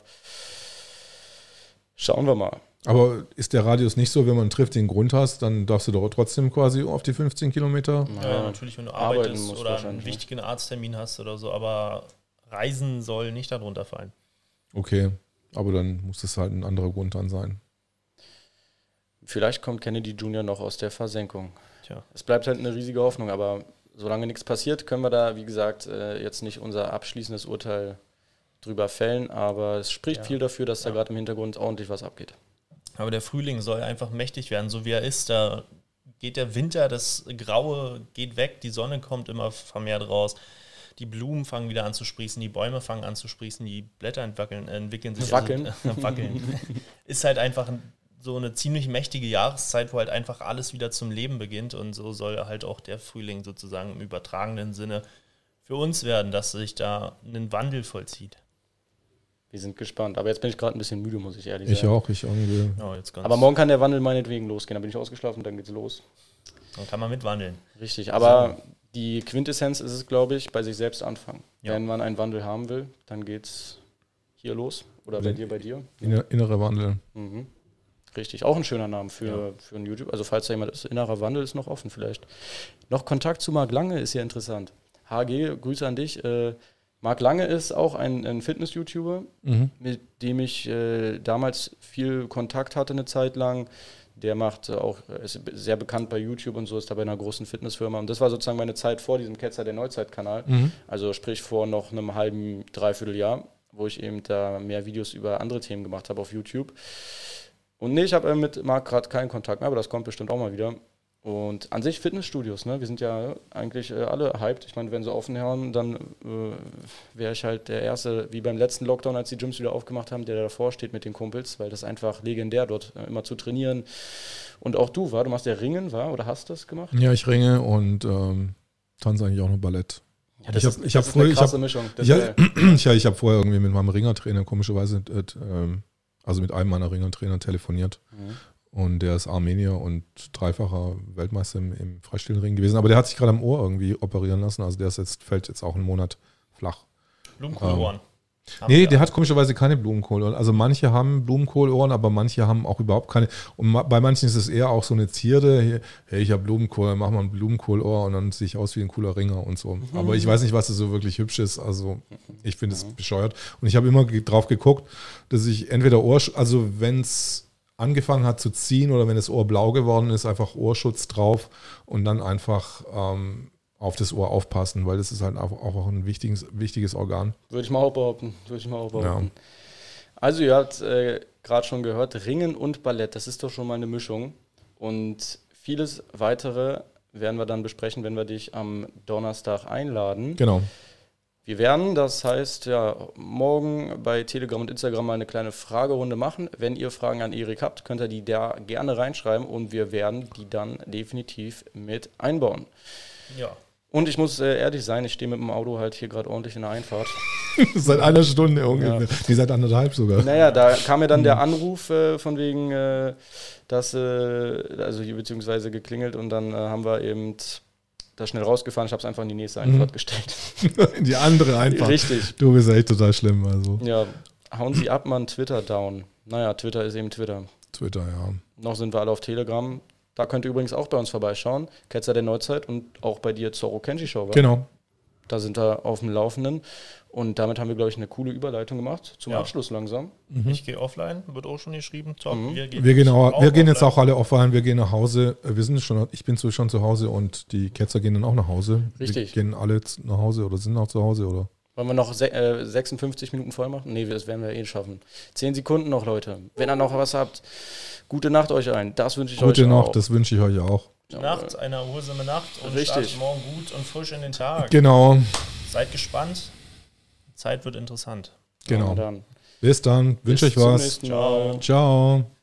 Schauen wir mal. Aber ist der Radius nicht so, wenn man einen triftigen Grund hast, dann darfst du doch trotzdem quasi auf die 15 Kilometer? Ja, natürlich, wenn du arbeitest oder einen wichtigen Arzttermin hast oder so, aber Reisen soll nicht darunter fallen. Okay, aber dann muss es halt ein anderer Grund dann sein. Vielleicht kommt Kennedy Jr. noch aus der Versenkung. Tja. Es bleibt halt eine riesige Hoffnung, aber solange nichts passiert, können wir da, wie gesagt, jetzt nicht unser abschließendes Urteil drüber fällen, aber es spricht viel dafür, dass da gerade im Hintergrund ordentlich was abgeht. Aber der Frühling soll einfach mächtig werden, so wie er ist. Da geht der Winter, das Graue geht weg, die Sonne kommt immer vermehrt raus. Die Blumen fangen wieder an zu sprießen, die Bäume fangen an zu sprießen, die Blätter entwickeln sich. Wackeln. Wackeln. Ist halt einfach so eine ziemlich mächtige Jahreszeit, wo halt einfach alles wieder zum Leben beginnt und so soll halt auch der Frühling sozusagen im übertragenen Sinne für uns werden, dass sich da ein Wandel vollzieht. Wir sind gespannt. Aber jetzt bin ich gerade ein bisschen müde, muss ich ehrlich sagen. Ich auch, ich irgendwie. Ja, jetzt aber morgen kann der Wandel meinetwegen losgehen. Dann bin ich ausgeschlafen, dann geht's los. Dann kann man mitwandeln. Richtig, aber die Quintessenz ist es, glaube ich, bei sich selbst anfangen. Ja. Wenn man einen Wandel haben will, dann geht's hier los. Oder bei dir. Innere Wandel. Mhm. Richtig, auch ein schöner Name für ein YouTube. Also falls da jemand ist, innerer Wandel ist noch offen vielleicht. Noch Kontakt zu Marc Lange ist ja interessant. HG, Grüße an dich. Marc Lange ist auch ein Fitness-YouTuber, mit dem ich damals viel Kontakt hatte eine Zeit lang. Der ist sehr bekannt bei YouTube und so, ist da bei einer großen Fitnessfirma. Und das war sozusagen meine Zeit vor diesem Ketzer der Neuzeit-Kanal. Also sprich vor noch einem halben, dreiviertel Jahr, wo ich eben da mehr Videos über andere Themen gemacht habe auf YouTube. Und nee, ich habe mit Marc gerade keinen Kontakt mehr, aber das kommt bestimmt auch mal wieder. Und an sich Fitnessstudios, ne? Wir sind ja eigentlich alle hyped. Ich meine, wenn sie offen haben, dann wäre ich halt der Erste, wie beim letzten Lockdown, als die Gyms wieder aufgemacht haben, der davor steht mit den Kumpels, weil das einfach legendär dort immer zu trainieren. Und auch du machst ja Ringen, oder hast das gemacht? Ja, ich ringe und tanze eigentlich auch noch Ballett. Ja, das ist eine krasse Mischung. Ich habe vorher irgendwie mit meinem Ringertrainer komischerweise, also mit einem meiner Ringertrainer telefoniert. Mhm. Und der ist Armenier und dreifacher Weltmeister im Freistillenring gewesen. Aber der hat sich gerade am Ohr irgendwie operieren lassen. Also der fällt jetzt auch einen Monat flach. Blumenkohlohren. Nee, der hat komischerweise keine Blumenkohlohren. Also manche haben Blumenkohlohren, aber manche haben auch überhaupt keine. Und bei manchen ist es eher auch so eine Zierde. Hey, ich habe Blumenkohl, mach mal ein Blumenkohlohr und dann sehe ich aus wie ein cooler Ringer und so. Aber ich weiß nicht, was so wirklich hübsch ist. Also ich finde es bescheuert. Und ich habe immer drauf geguckt, dass ich entweder wenn es angefangen hat zu ziehen oder wenn das Ohr blau geworden ist, einfach Ohrschutz drauf und dann einfach auf das Ohr aufpassen, weil das ist halt auch ein wichtiges Organ. Würde ich mal auch behaupten. Ja. Also ihr habt gerade schon gehört, Ringen und Ballett, das ist doch schon mal eine Mischung. Und vieles weitere werden wir dann besprechen, wenn wir dich am Donnerstag einladen. Genau. Wir werden, das heißt, ja, morgen bei Telegram und Instagram mal eine kleine Fragerunde machen. Wenn ihr Fragen an Erik habt, könnt ihr die da gerne reinschreiben und wir werden die dann definitiv mit einbauen. Ja. Und ich muss ehrlich sein, ich stehe mit dem Auto halt hier gerade ordentlich in der Einfahrt. Seit einer Stunde ungefähr. Ja. Die seit 1,5 sogar. Naja, da kam mir dann der Anruf von wegen, dass, also hier beziehungsweise geklingelt und dann haben wir eben da schnell rausgefahren. Ich habe es einfach in die nächste Einfahrt gestellt. In die andere Einfahrt. Richtig. Du bist echt total schlimm. Also. Ja, hauen Sie ab, Mann, Twitter down. Naja, Twitter ist eben Twitter. Twitter, ja. Noch sind wir alle auf Telegram. Da könnt ihr übrigens auch bei uns vorbeischauen. Ketzer der Neuzeit und auch bei dir Zorro Kenji Show. Genau. Da sind wir auf dem Laufenden. Und damit haben wir, glaube ich, eine coole Überleitung gemacht. Zum Abschluss langsam. Ich gehe offline, wird auch schon geschrieben. Wir gehen jetzt auch alle offline, wir gehen nach Hause. Ich bin schon zu Hause und die Ketzer gehen dann auch nach Hause. Richtig. Wir gehen alle nach Hause oder sind auch zu Hause, oder? Wollen wir noch 56 Minuten voll machen? Nee, das werden wir eh schaffen. 10 Sekunden noch, Leute. Wenn ihr noch was habt, gute Nacht euch ein. Das wünsche ich euch auch. Gute Nacht, das wünsche ich euch auch. Nacht, eine erholsame Nacht und Richtig. startet morgen gut und frisch in den Tag. Genau. Seid gespannt. Die Zeit wird interessant. Genau. Dann. Bis dann. Wünsche euch was. Bis zum nächsten Mal. Ciao.